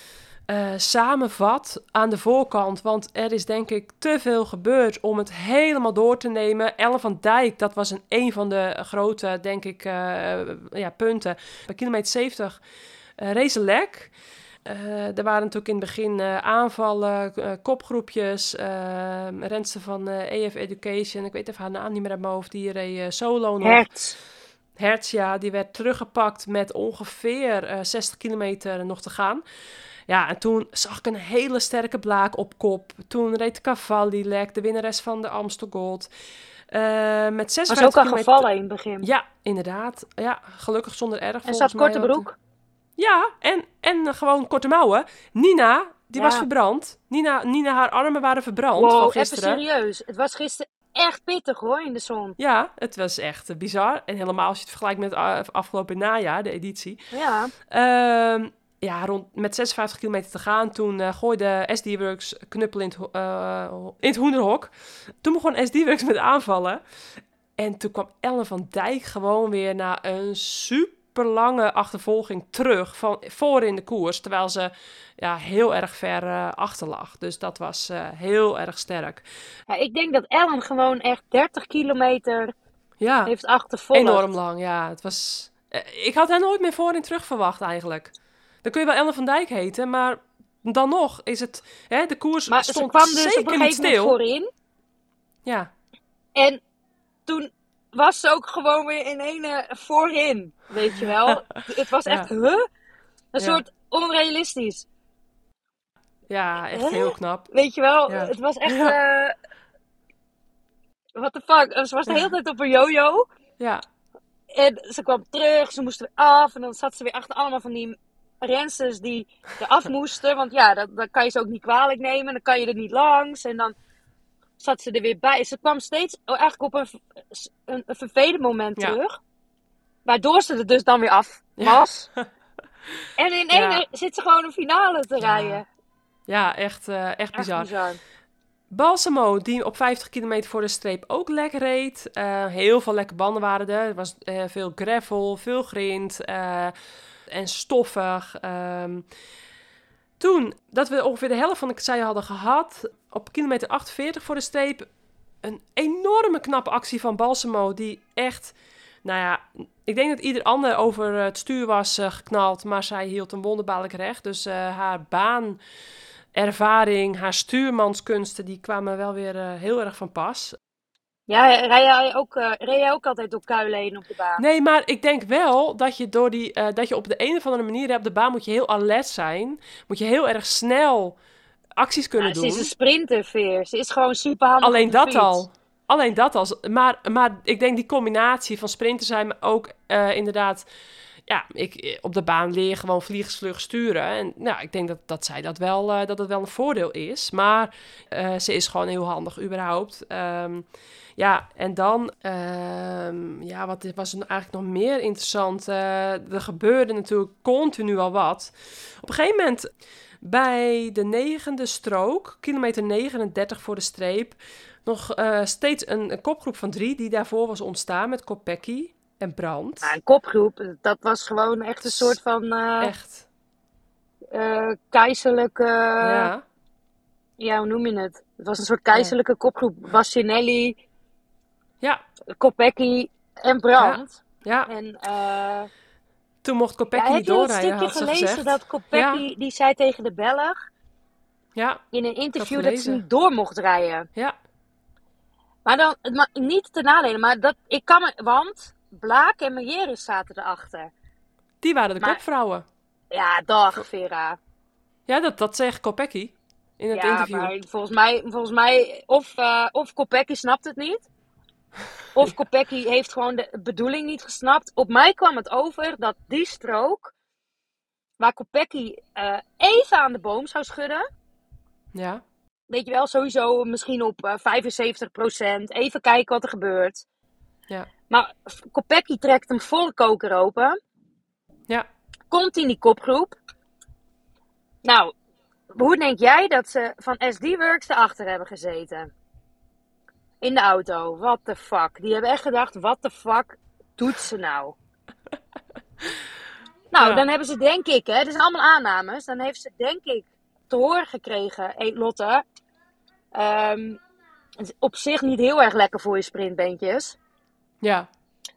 samenvat aan de voorkant, want er is denk ik te veel gebeurd om het helemaal door te nemen. Ellen van Dijk, dat was een van de grote, denk ik, punten. Bij kilometer 70 race een lek. Er waren natuurlijk in het begin aanvallen, kopgroepjes, renster van EF Education, ik weet even haar naam niet meer uit mijn hoofd, die reed solo nog. Hertz, ja, die werd teruggepakt met ongeveer 60 kilometer nog te gaan. Ja, en toen zag ik een hele sterke Blaak op kop. Toen reed Cavalli lek, de winnares van de Amstel Gold. Met 56 was ook al gevallen in het begin. Ja, inderdaad. Ja, gelukkig zonder erg. En zat korte broek? Ja, en gewoon korte mouwen. Nina, die was verbrand. Nina, haar armen waren verbrand van gisteren. Even serieus. Het was gisteren echt pittig hoor, in de zon. Ja, het was echt bizar. En helemaal als je het vergelijkt met het afgelopen najaar, de editie. Ja. Met 56 kilometer te gaan. Toen gooide SD-Works knuppel in het hoenderhok. Toen begon SD-Works met aanvallen. En toen kwam Ellen van Dijk gewoon weer na een super lange achtervolging terug van voor in de koers. Terwijl ze heel erg ver achter lag. Dus dat was heel erg sterk. Ja, ik denk dat Ellen gewoon echt 30 kilometer heeft achtervolgd. Enorm lang, ja. Het was, ik had haar nooit meer voorin terug verwacht eigenlijk. Dan kun je wel Ellen van Dijk heten, maar dan nog is het... de koers maar stond ze kwam dus zeker op een niet gegeven moment stil. voorin. Ja. En toen was ze ook gewoon weer in ene voorin, weet je wel. Het was echt, een soort onrealistisch. Ja, echt heel knap. Weet je wel, het was echt... what the fuck? Ze was de hele tijd op een yo-yo. Ja. En ze kwam terug, ze moest weer af. En dan zat ze weer achter allemaal van die rensters die eraf moesten. Want dan kan je ze ook niet kwalijk nemen. Dan kan je er niet langs. En dan zat ze er weer bij. Ze kwam steeds eigenlijk op een vervelend moment terug. Waardoor ze er dus dan weer af was. En in één zit ze gewoon een finale te rijden. Ja, echt bizar. Balsamo, die op 50 kilometer voor de streep ook lek reed. Heel veel lekke banden waren er. Er was veel gravel, veel grind en stoffig. Toen, dat we ongeveer de helft van de kasseien hadden gehad, op kilometer 48 voor de streep, een enorme knappe actie van Balsamo, die echt, ik denk dat ieder ander over het stuur was geknald, maar zij hield een wonderbaarlijk recht. Dus haar baanervaring, haar stuurmanskunsten, die kwamen wel weer heel erg van pas. Ja, reed jij ook altijd door kuilen heen op de baan? Nee, maar ik denk wel dat je dat je op de een of andere manier op de baan moet je heel alert zijn. Moet je heel erg snel acties kunnen doen. Ze is een sprinterveer. Ze is gewoon super handig. Alleen dat al. Maar ik denk die combinatie van sprinten zijn, maar ook inderdaad... Ja, op de baan leer je gewoon vliegensvlug sturen. En ik denk dat zij dat het wel een voordeel is. Maar ze is gewoon heel handig überhaupt. En dan... wat was er eigenlijk nog meer interessant? Er gebeurde natuurlijk continu al wat. Op een gegeven moment bij de 9e strook, kilometer 39 voor de streep, nog steeds een kopgroep van 3 die daarvoor was ontstaan met Kopecky en Brandt. Een kopgroep, dat was gewoon echt een soort van... echt. Keizerlijke... Ja, hoe noem je het? Het was een soort keizerlijke kopgroep. Bastianelli, Kopecky en Brandt. Ja. En, toen mocht Kopecky niet doorrijden, had ze gezegd. Heb je het stukje gelezen dat Kopecky, die zei tegen de Belg... in een interview dat ze niet door mocht rijden. Ja. Maar niet ten nadele, maar want Blaak en Mejeris zaten erachter. Die waren de kopvrouwen. Ja, dag Vera. Ja, dat zegt Kopecky in het interview. Ja, maar volgens mij of Kopecky snapt het niet. Of Kopecky heeft gewoon de bedoeling niet gesnapt. Op mij kwam het over dat die strook, waar Kopecky even aan de boom zou schudden. Ja. Weet je wel, sowieso misschien op 75%. Even kijken wat er gebeurt. Ja. Maar Kopecky trekt hem volle koker open. Ja. Komt in die kopgroep. Nou, hoe denk jij dat ze van SD Works erachter hebben gezeten? In de auto. What the fuck? Die hebben echt gedacht, what the fuck doet ze nou? Nou, dan hebben ze denk ik, hè, dit zijn allemaal aannames. Dan heeft ze denk ik te horen gekregen, Lotte. Het is op zich niet heel erg lekker voor je sprintbeentjes. Ja.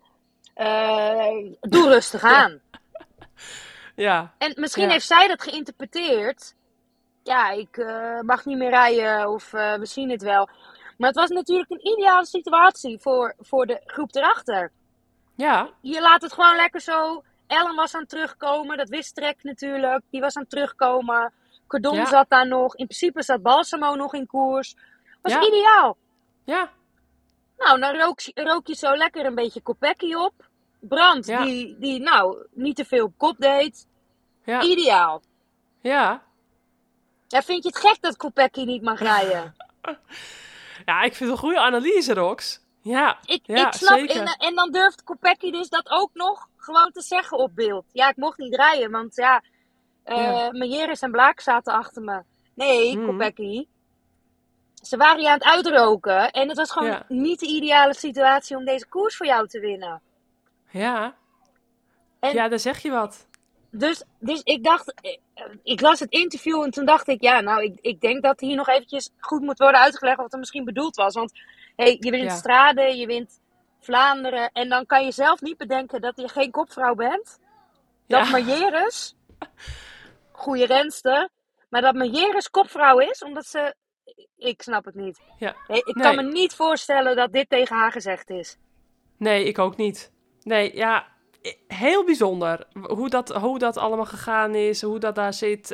Doe rustig aan. Ja. En misschien heeft zij dat geïnterpreteerd. Ja, ik mag niet meer rijden of we zien het wel. Maar het was natuurlijk een ideale situatie voor de groep erachter. Ja. Je laat het gewoon lekker zo. Ellen was aan het terugkomen. Dat wist Trek natuurlijk. Die was aan het terugkomen. Cordon zat daar nog. In principe zat Balsamo nog in koers. Was ideaal. Ja. Nou, dan rook je zo lekker een beetje Kopecky op. Brandt, die nou niet te veel op kop deed. Ja. Ideaal. Ja. Ja, vind je het gek dat Kopecky niet mag rijden? Ja, ik vind het een goede analyse, Rox. Ja, ik snap, zeker. En dan durft Kopecky dus dat ook nog gewoon te zeggen op beeld. Ja, ik mocht niet rijden, want Mejeres en Blaak zaten achter me. Nee, Kopecky. Ze waren je aan het uitroken. En het was gewoon niet de ideale situatie om deze koers voor jou te winnen. Ja. En ja, daar zeg je wat. Dus ik dacht, ik las het interview en toen dacht ik, ik denk dat hier nog eventjes goed moet worden uitgelegd wat er misschien bedoeld was. Want je wint Strade, je wint Vlaanderen en dan kan je zelf niet bedenken dat je geen kopvrouw bent. Dat Mejeres, goede renster, maar dat Mejeres kopvrouw is, omdat ze, ik snap het niet. Ja. Ik kan me niet voorstellen dat dit tegen haar gezegd is. Nee, ik ook niet. Nee, ja, heel bijzonder hoe dat allemaal gegaan is, hoe dat daar zit.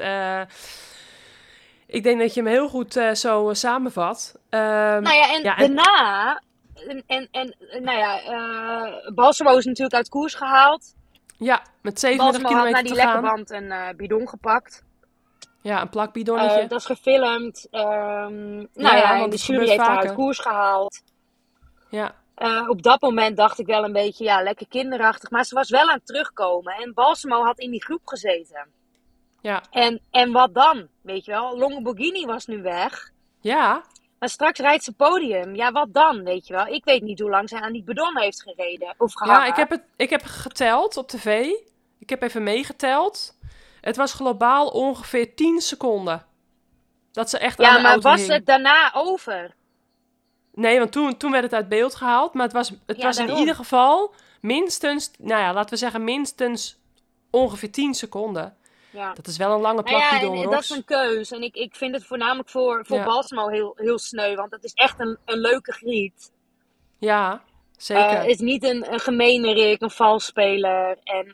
Ik denk dat je hem heel goed zo samenvat. Daarna... Balsamo is natuurlijk uit koers gehaald. Ja, met 37 kilometer had naar die te gaan. lekkerband een bidon gepakt. Ja, een plakbidonnetje. Dat is gefilmd. En de jury heeft haar uit koers gehaald. Ja. Op dat moment dacht ik wel een beetje, lekker kinderachtig. Maar ze was wel aan het terugkomen. En Balsamo had in die groep gezeten. Ja. En wat dan? Weet je wel, Longoborghini was nu weg. Ja. Maar straks rijdt ze podium. Ja, wat dan, weet je wel? Ik weet niet hoe lang zij aan die bidon heeft gereden of gehangen. Ja, ik heb geteld op tv. Ik heb even meegeteld. Het was globaal ongeveer 10 seconden. Dat ze echt aan de auto hing. Ja, maar was het daarna over? Nee, want toen werd het uit beeld gehaald. Maar het was in ieder geval minstens, laten we zeggen minstens ongeveer 10 seconden. Ja. Dat is wel een lange plakbidon, en dat is een keus. En ik vind het voornamelijk voor Balsamo heel, heel sneu. Want het is echt een leuke griet. Ja, zeker. Het is niet een gemenerik, een valsspeler.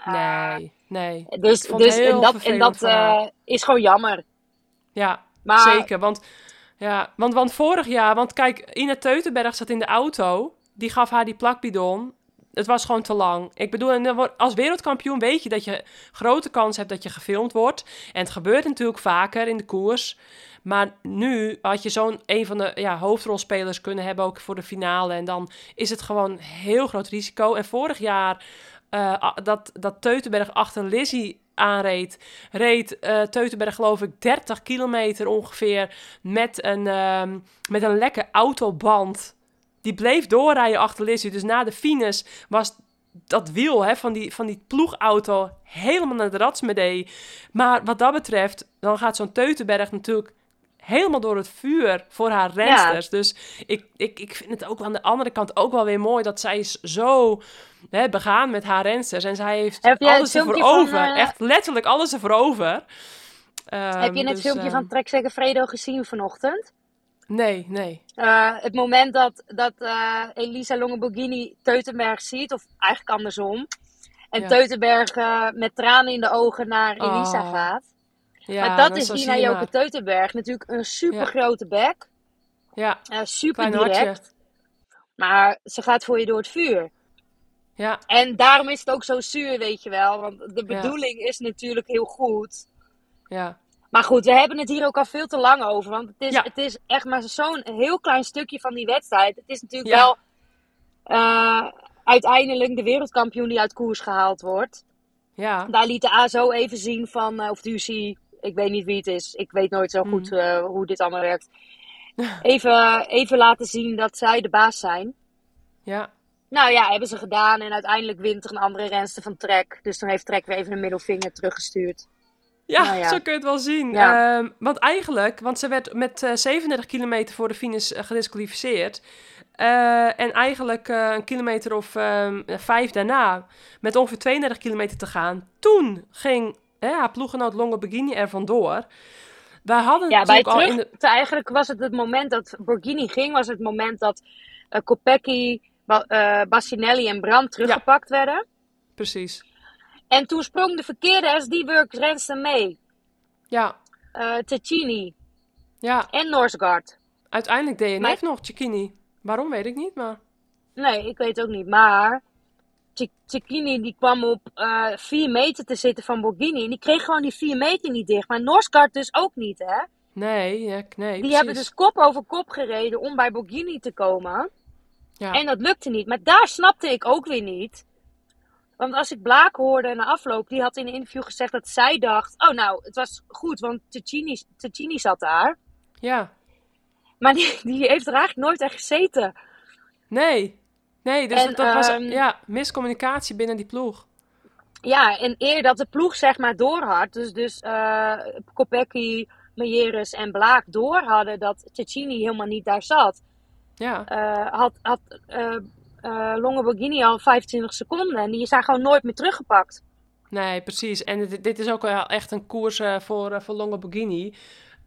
Nee. Dus dat is gewoon jammer. Ja, maar, zeker. Want vorig jaar... Want kijk, Ina Teutenberg zat in de auto. Die gaf haar die plakbidon. Het was gewoon te lang. Ik bedoel, als wereldkampioen weet je dat je grote kans hebt dat je gefilmd wordt. En het gebeurt natuurlijk vaker in de koers. Maar nu had je een van de hoofdrolspelers kunnen hebben ook voor de finale. En dan is het gewoon een heel groot risico. En vorig jaar dat Teutenberg achter Lizzie aanreed, reed Teutenberg geloof ik 30 kilometer ongeveer met een lekke autoband. Die bleef doorrijden achter Lizzie. Dus na de finish was dat wiel van die ploegauto helemaal naar de ratsmedee. Maar wat dat betreft, dan gaat zo'n Teutenberg natuurlijk helemaal door het vuur voor haar rensters. Ja. Dus ik vind het ook aan de andere kant ook wel weer mooi dat zij is zo begaan met haar rensters. En zij heeft alles ervoor over. Echt letterlijk alles ervoor over. Heb je het filmpje van Trek Segafredo gezien vanochtend? Nee. Het moment dat Elisa Longoborghini Teutenberg ziet, of eigenlijk andersom. En Teutenberg met tranen in de ogen naar Elisa gaat. Ja, maar dat is Ina Joke Teutenberg. Natuurlijk een super grote bek. Ja. Super direct. Hartje. Maar ze gaat voor je door het vuur. Ja. En daarom is het ook zo zuur, weet je wel. Want de bedoeling is natuurlijk heel goed. Ja. Maar goed, we hebben het hier ook al veel te lang over. Want het is echt maar zo'n heel klein stukje van die wedstrijd. Het is natuurlijk wel uiteindelijk de wereldkampioen die uit koers gehaald wordt. Ja. Daar liet de ASO even zien van, of de UCI, ik weet niet wie het is. Ik weet nooit zo goed hoe dit allemaal werkt. Even laten zien dat zij de baas zijn. Ja. Nou ja, hebben ze gedaan. En uiteindelijk wint er een andere renster van Trek. Dus dan heeft Trek weer even een middelvinger teruggestuurd. Ja, Nou ja. Zo kun je het wel zien. Ja. Want ze werd met 37 kilometer voor de finish gedisqualificeerd. En eigenlijk een kilometer of 5 daarna, met ongeveer 32 kilometer te gaan, toen ging haar ploeggenoot Longoborghini er vandoor. Wij hadden eigenlijk was het moment dat Borghini ging, was het moment dat Kopecky, Bastianelli en Brand teruggepakt werden. Precies. En toen sprong de verkeerde SD-Works renster mee. Ja. Cecchini. Ja. En Norsgaard. Uiteindelijk DNF nog, Cecchini. Waarom, weet ik niet, maar... Nee, ik weet ook niet. Maar Cecchini die kwam op 4 meter te zitten van Borghini. En die kreeg gewoon die 4 meter niet dicht. Maar Norsgaard dus ook niet, hè? Nee, Die precies. hebben dus kop over kop gereden om bij Borghini te komen. Ja. En dat lukte niet. Maar daar snapte ik ook weer niet. Want als ik Blaak hoorde na afloop, die had in een interview gezegd dat zij dacht... Oh nou, het was goed, want Cecchini zat daar. Ja. Maar die heeft er eigenlijk nooit echt gezeten. Nee, dus dat was miscommunicatie binnen die ploeg. Ja, en eer dat de ploeg zeg maar door had, dus Kopecky, Meyeres en Blaak door hadden dat Cecchini helemaal niet daar zat. Ja. Had Longoborghini al 25 seconden en die is daar gewoon nooit meer teruggepakt. Nee, precies. En dit is ook wel echt een koers voor Longoborghini.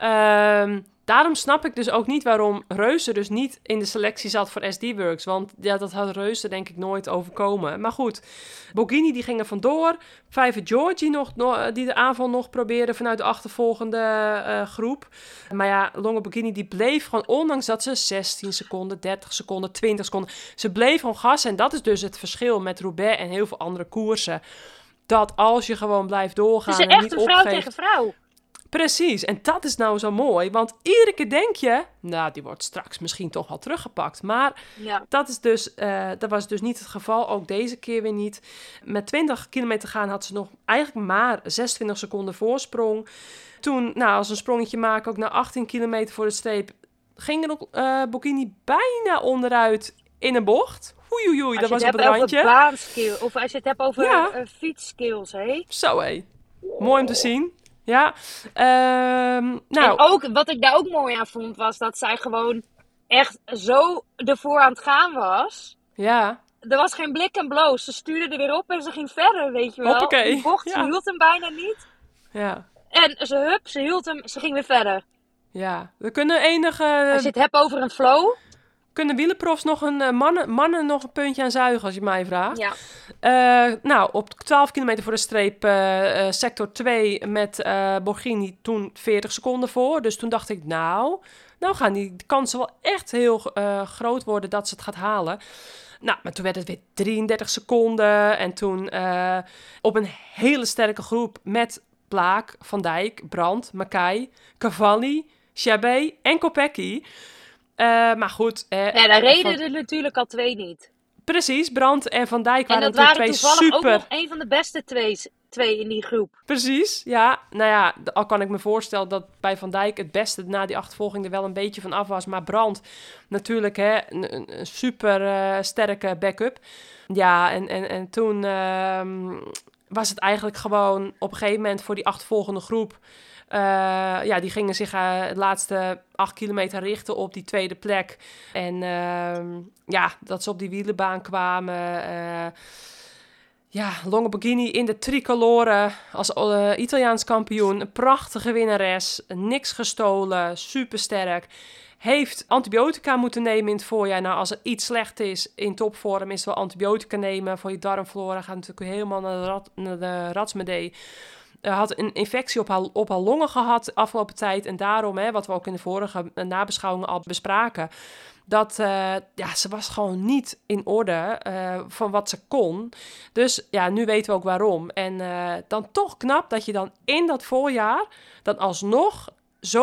Daarom snap ik dus ook niet waarom Reuser dus niet in de selectie zat voor SD-Works. Want ja, dat had Reuser denk ik nooit overkomen. Maar goed, Borghini die ging er vandoor. Vijver Giorgi die de aanval nog probeerde vanuit de achtervolgende groep. Maar ja, Longoborghini die bleef gewoon, ondanks dat ze 16 seconden, 30 seconden, 20 seconden... Ze bleef gewoon gas en dat is dus het verschil met Roubaix en heel veel andere koersen. Dat als je gewoon blijft doorgaan en niet opgeeft... Het is echt een vrouw tegen vrouw. Precies, en dat is nou zo mooi, want iedere keer denk je, nou, die wordt straks misschien toch wel teruggepakt. Maar dat was dus niet het geval, ook deze keer weer niet. Met 20 kilometer gaan had ze nog eigenlijk maar 26 seconden voorsprong. Toen, als een sprongetje maken, ook na 18 kilometer voor de streep, ging er ook Borghini bijna onderuit in een bocht. Oei, dat was op het randje. Of als je het hebt over fietsskills, hé. Zo, hé. Mooi om te zien. Ja, En ook, wat ik daar ook mooi aan vond, was dat zij gewoon echt zo ervoor aan het gaan was. Ja. Er was geen blik en bloos. Ze stuurde er weer op en ze ging verder, weet je wel. Hoppakee. Die bocht, ze hield hem bijna niet. Ja. En ze hield hem, ze ging weer verder. Ja, we kunnen enige... Als je het hebt over een flow... Kunnen wielerprofs nog mannen nog een puntje aan zuigen, als je mij vraagt? Ja. Op 12 kilometer voor de streep sector 2 met Borghini toen 40 seconden voor. Dus toen dacht ik, nou gaan die kansen wel echt heel groot worden dat ze het gaat halen. Nou, maar toen werd het weer 33 seconden. En toen op een hele sterke groep met Blaak, Van Dijk, Brand, Mackay, Cavalli, Chabet en Kopecky... maar goed... daar reden er natuurlijk al 2 niet. Precies, Brand en Van Dijk waren natuurlijk 2 super... En dat waren toevallig ook nog een van de beste twee in die groep. Precies, ja. Nou ja, al kan ik me voorstellen dat bij Van Dijk het beste na die achtervolging er wel een beetje van af was. Maar Brand natuurlijk een super sterke backup. Ja, en toen was het eigenlijk gewoon op een gegeven moment voor die achtervolgende groep... die gingen zich de laatste 8 kilometer richten op die tweede plek. En dat ze op die wielenbaan kwamen. Longoborghini in de tricolore als Italiaans kampioen. Een prachtige winnares. Niks gestolen. Supersterk. Heeft antibiotica moeten nemen in het voorjaar. Nou, als er iets slecht is in topvorm, is het wel antibiotica nemen. Voor je darmflora gaat natuurlijk helemaal naar de ratsmedee. Had een infectie op haar longen gehad de afgelopen tijd. En daarom, wat we ook in de vorige nabeschouwingen al bespraken... dat ze was gewoon niet in orde van wat ze kon. Dus nu weten we ook waarom. En dan toch knap dat je dan in dat voorjaar... dan alsnog zo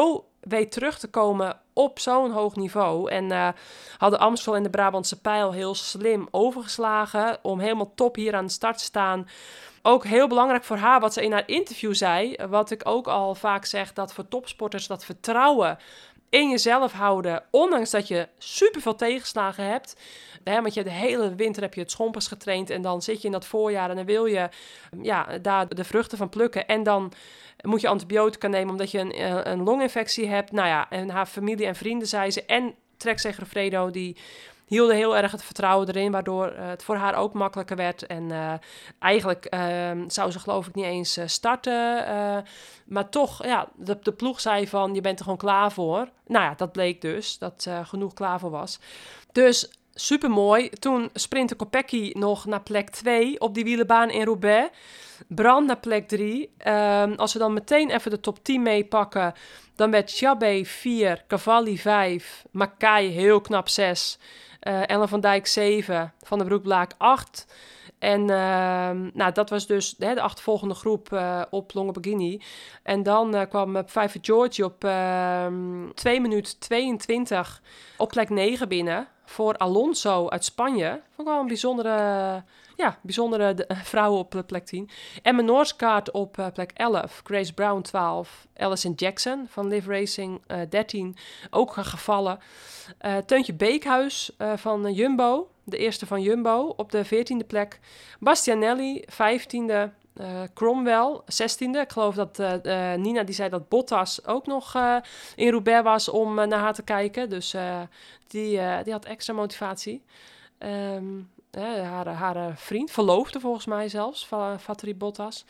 weet terug te komen op zo'n hoog niveau. En hadden Amstel en de Brabantse Pijl heel slim overgeslagen om helemaal top hier aan de start te staan. Ook heel belangrijk voor haar wat ze in haar interview zei, wat ik ook al vaak zeg, dat voor topsporters dat vertrouwen in jezelf houden, ondanks dat je superveel tegenslagen hebt. Want de hele winter heb je het schompers getraind en dan zit je in dat voorjaar en dan wil je daar de vruchten van plukken. En dan moet je antibiotica nemen omdat je een longinfectie hebt. Nou ja, en haar familie en vrienden, zei ze, en Trek Segafredo, die hielden heel erg het vertrouwen erin, waardoor het voor haar ook makkelijker werd. En eigenlijk zou ze geloof ik niet eens starten. Maar toch, de ploeg zei van, je bent er gewoon klaar voor. Nou ja, dat bleek dus, dat genoeg klaar voor was. Dus supermooi. Toen sprintte Kopecky nog naar plek 2 op die wielenbaan in Roubaix. Brand naar plek 3. Als we dan meteen even de top 10 meepakken, dan werd Chabé 4, Cavalli 5, Mackay heel knap 6, Ellen van Dijk 7, Van der Broek-Blaak 8. En dat was dus de achtervolgende groep op Longoborghini. En dan kwam Pfeiffer George op 2 minuten 22 op plek 9 binnen voor Alonso uit Spanje. Vond ik wel een bijzondere vrouw op plek 10. Emma Noorskaart op plek 11. Grace Brown 12. Alison Jackson van Live Racing 13. Ook gevallen. Teuntje Beekhuis van Jumbo. De eerste van Jumbo op de 14e plek. Bastianelli 15e. Cromwell 16e. Ik geloof dat Nina die zei dat Bottas ook nog in Roubaix was om naar haar te kijken. Dus die had extra motivatie. Haar vriend, verloofde volgens mij zelfs, Valtteri Bottas.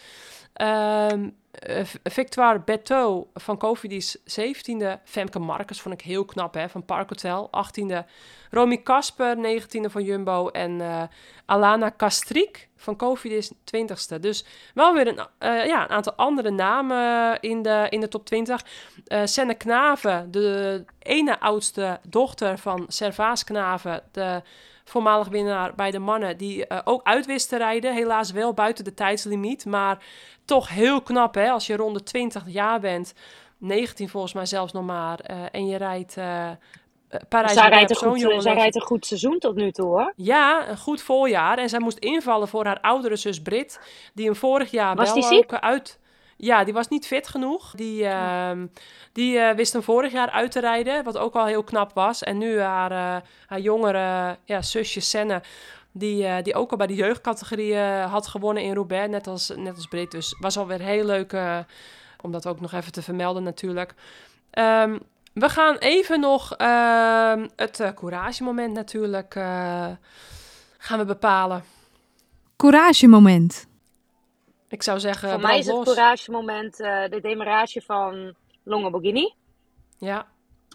Victoire Berthaud van Cofidis 17e. Femke Marcus vond ik heel knap, van Park Hotel 18e. Romy Kasper 19e van Jumbo. En Alana Kastriek van Cofidis 20e. Dus wel weer een aantal andere namen in de top 20. Senne Knaven, de ene oudste dochter van Servaas Knaven, de voormalig winnaar bij de mannen, die ook uit wist te rijden. Helaas wel buiten de tijdslimiet, maar toch heel knap, als je rond de 20 jaar bent. 19 volgens mij zelfs nog maar. En je rijdt Parijs-Roubaix. Zij rijdt een goed seizoen tot nu toe, hoor. Ja, een goed voorjaar. En zij moest invallen voor haar oudere zus Brit, die hem vorig jaar was wel die ziek? ook uit... Ja, die was niet fit genoeg. Die wist hem vorig jaar uit te rijden, wat ook al heel knap was. En nu haar jongere zusje Senne, die ook al bij de jeugdcategorie had gewonnen in Roubaix, net als Brit. Dus was alweer heel leuk om dat ook nog even te vermelden natuurlijk. We gaan even nog het couragemoment natuurlijk gaan we bepalen. Couragemoment. Ik zou zeggen, voor mij is het couragemoment de demarrage van Longoborghini. Ja.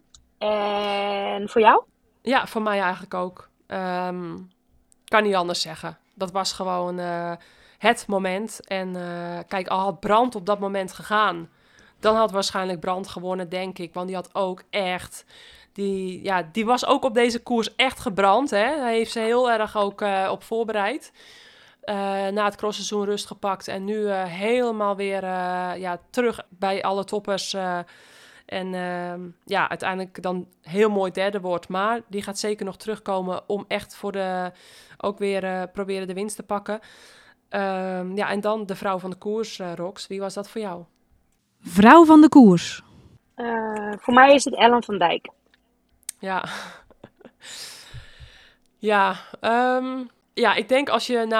En voor jou? Ja, voor mij eigenlijk ook. Kan niet anders zeggen. Dat was gewoon het moment. En kijk, al had Brand op dat moment gegaan, dan had waarschijnlijk Brand gewonnen, denk ik. Want die had ook echt... Die was ook op deze koers echt gebrand. Hij heeft ze heel erg ook op voorbereid. Na het crossseizoen rust gepakt. En nu helemaal weer terug bij alle toppers. Uiteindelijk dan heel mooi derde wordt. Maar die gaat zeker nog terugkomen om echt ook weer proberen de winst te pakken. En dan de vrouw van de koers, Rox. Wie was dat voor jou? Vrouw van de koers. Voor mij is het Ellen van Dijk. Ja. Ik denk als je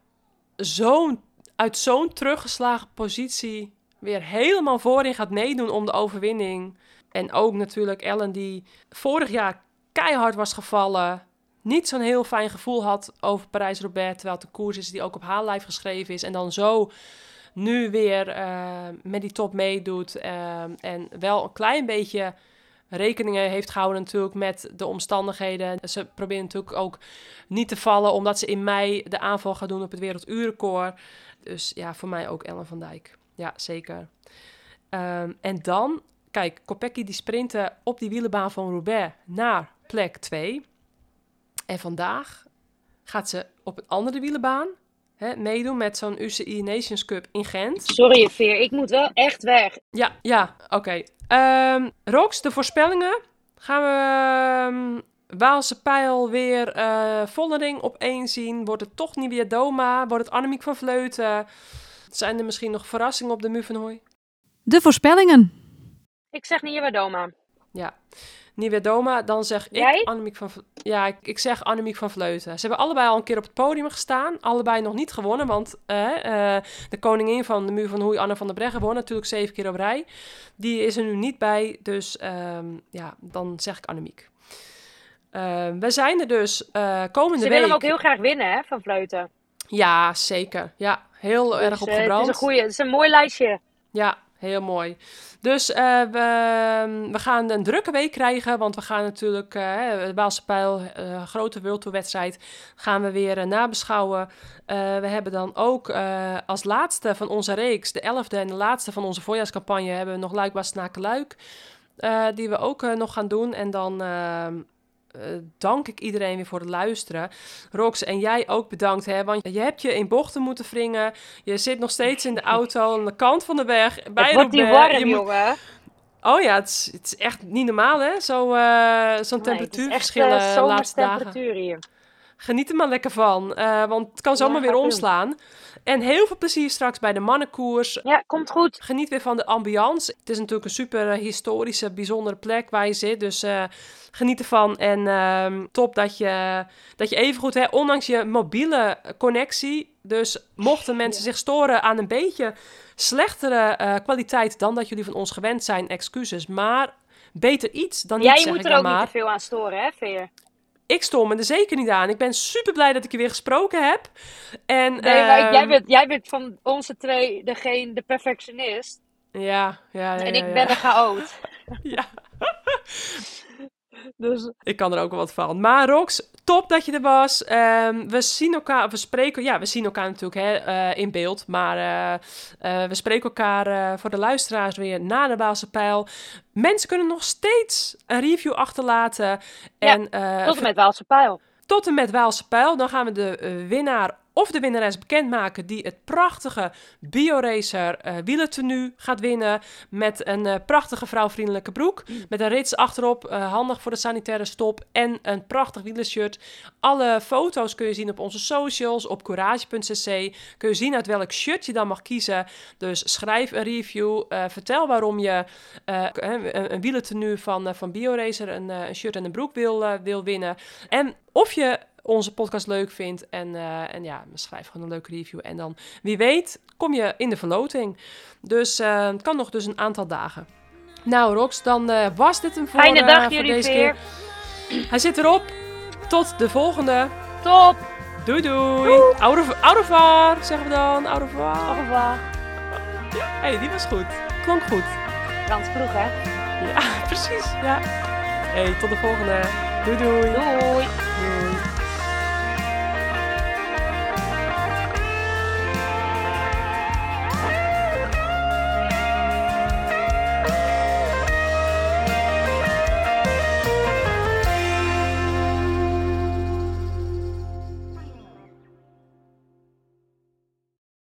uit zo'n teruggeslagen positie weer helemaal voorin gaat meedoen om de overwinning. En ook natuurlijk Ellen die vorig jaar keihard was gevallen, niet zo'n heel fijn gevoel had over Parijs-Roubaix, terwijl het de koers is die ook op haar lijf geschreven is. En dan zo nu weer met die top meedoet en wel een klein beetje rekeningen heeft gehouden natuurlijk met de omstandigheden. Ze proberen natuurlijk ook niet te vallen, omdat ze in mei de aanval gaat doen op het werelduurrecord. Dus ja, voor mij ook Ellen van Dijk. Ja, zeker. En dan, kijk, Kopecky die sprintte op die wielenbaan van Roubaix naar plek 2. En vandaag gaat ze op een andere wielenbaan meedoen met zo'n UCI Nations Cup in Gent. Sorry, Veer, ik moet wel echt weg. Ja, oké. Rox, de voorspellingen. Gaan we Waalse Pijl weer Vollering op 1 zien? Wordt het toch niet weer Doma? Wordt het Annemiek van Vleuten? Zijn er misschien nog verrassingen op de Muvenhooi? De voorspellingen. Ik zeg Nieuwe Doma. Ja, Nieuwe Doma. Dan zeg Jij? ik Annemiek van Vleuten. Ja, ik zeg Annemiek van Vleuten. Ze hebben allebei al een keer op het podium gestaan. Allebei nog niet gewonnen, want de koningin van de Muvenhoei, Anne van der Breggen, won natuurlijk 7 keer op rij. Die is er nu niet bij, dus dan zeg ik Annemiek. We zijn er dus komende week. Ze willen hem ook heel graag winnen, hè, van Vleuten. Ja, zeker. Ja, heel erg op gebrand. Het is een mooi lijstje. Ja, heel mooi. Dus we gaan een drukke week krijgen, want we gaan natuurlijk de Waalse Pijl, grote World Tour wedstrijd, gaan we weer nabeschouwen. We hebben dan ook als laatste van onze reeks, de 11e en de laatste van onze voorjaarscampagne, hebben we nog Luik-Bastenaken-Luik, die we ook nog gaan doen. En dan dank ik iedereen weer voor het luisteren. Rox, en jij ook bedankt, hè, want je hebt je in bochten moeten wringen. Je zit nog steeds in de auto aan de kant van de weg. Het wordt die warm, jongen. Oh ja, het is echt niet normaal, hè? Zo'n temperatuurverschil de laatste dagen. Hier. Geniet er maar lekker van, want het kan zomaar weer omslaan. En heel veel plezier straks bij de mannenkoers. Ja, komt goed. Geniet weer van de ambiance. Het is natuurlijk een super historische, bijzondere plek waar je zit. Dus geniet ervan. En top dat je even goed, ondanks je mobiele connectie. Dus mochten mensen zich storen aan een beetje slechtere kwaliteit dan dat jullie van ons gewend zijn, excuses. Maar beter iets dan niet, zeg ik dan maar. Jij moet er ook niet te veel aan storen, hè, Veer? Ik stoor me er zeker niet aan. Ik ben super blij dat ik je weer gesproken heb. En, nee, jij bent van onze twee de perfectionist. Ja. En ik ben een chaot. Ja. Dus. Ik kan er ook wel wat van. Maar Rox, top dat je er was. We zien elkaar natuurlijk in beeld. Maar we spreken elkaar voor de luisteraars weer na de Waalse Pijl. Mensen kunnen nog steeds een review achterlaten. Tot en met Waalse Pijl. Tot en met Waalse Pijl. Dan gaan we de winnaar of de winnares bekendmaken die het prachtige BioRacer wielertenue gaat winnen. Met een prachtige vrouwvriendelijke broek. Met een rits achterop, handig voor de sanitaire stop. En een prachtig wielershirt. Alle foto's kun je zien op onze socials, op courage.cc. Kun je zien uit welk shirt je dan mag kiezen. Dus schrijf een review. Vertel waarom je een wielertenue van BioRacer, een shirt en een broek wil winnen. En of je onze podcast leuk vindt. En schrijf gewoon een leuke review. En dan, wie weet, kom je in de verloting. Dus het kan nog dus een aantal dagen. Nou, Rox, dan was dit hem voor, fijne dag voor jullie deze weer. keer. Hij zit erop. Tot de volgende. Top. Doei. Au revoir, zeggen we dan. Au revoir. Au revoir. Hey, die was goed. Klonk goed. Frans vroeg, hè? Ja, precies. Ja. Hey, tot de volgende. Doei. Doei.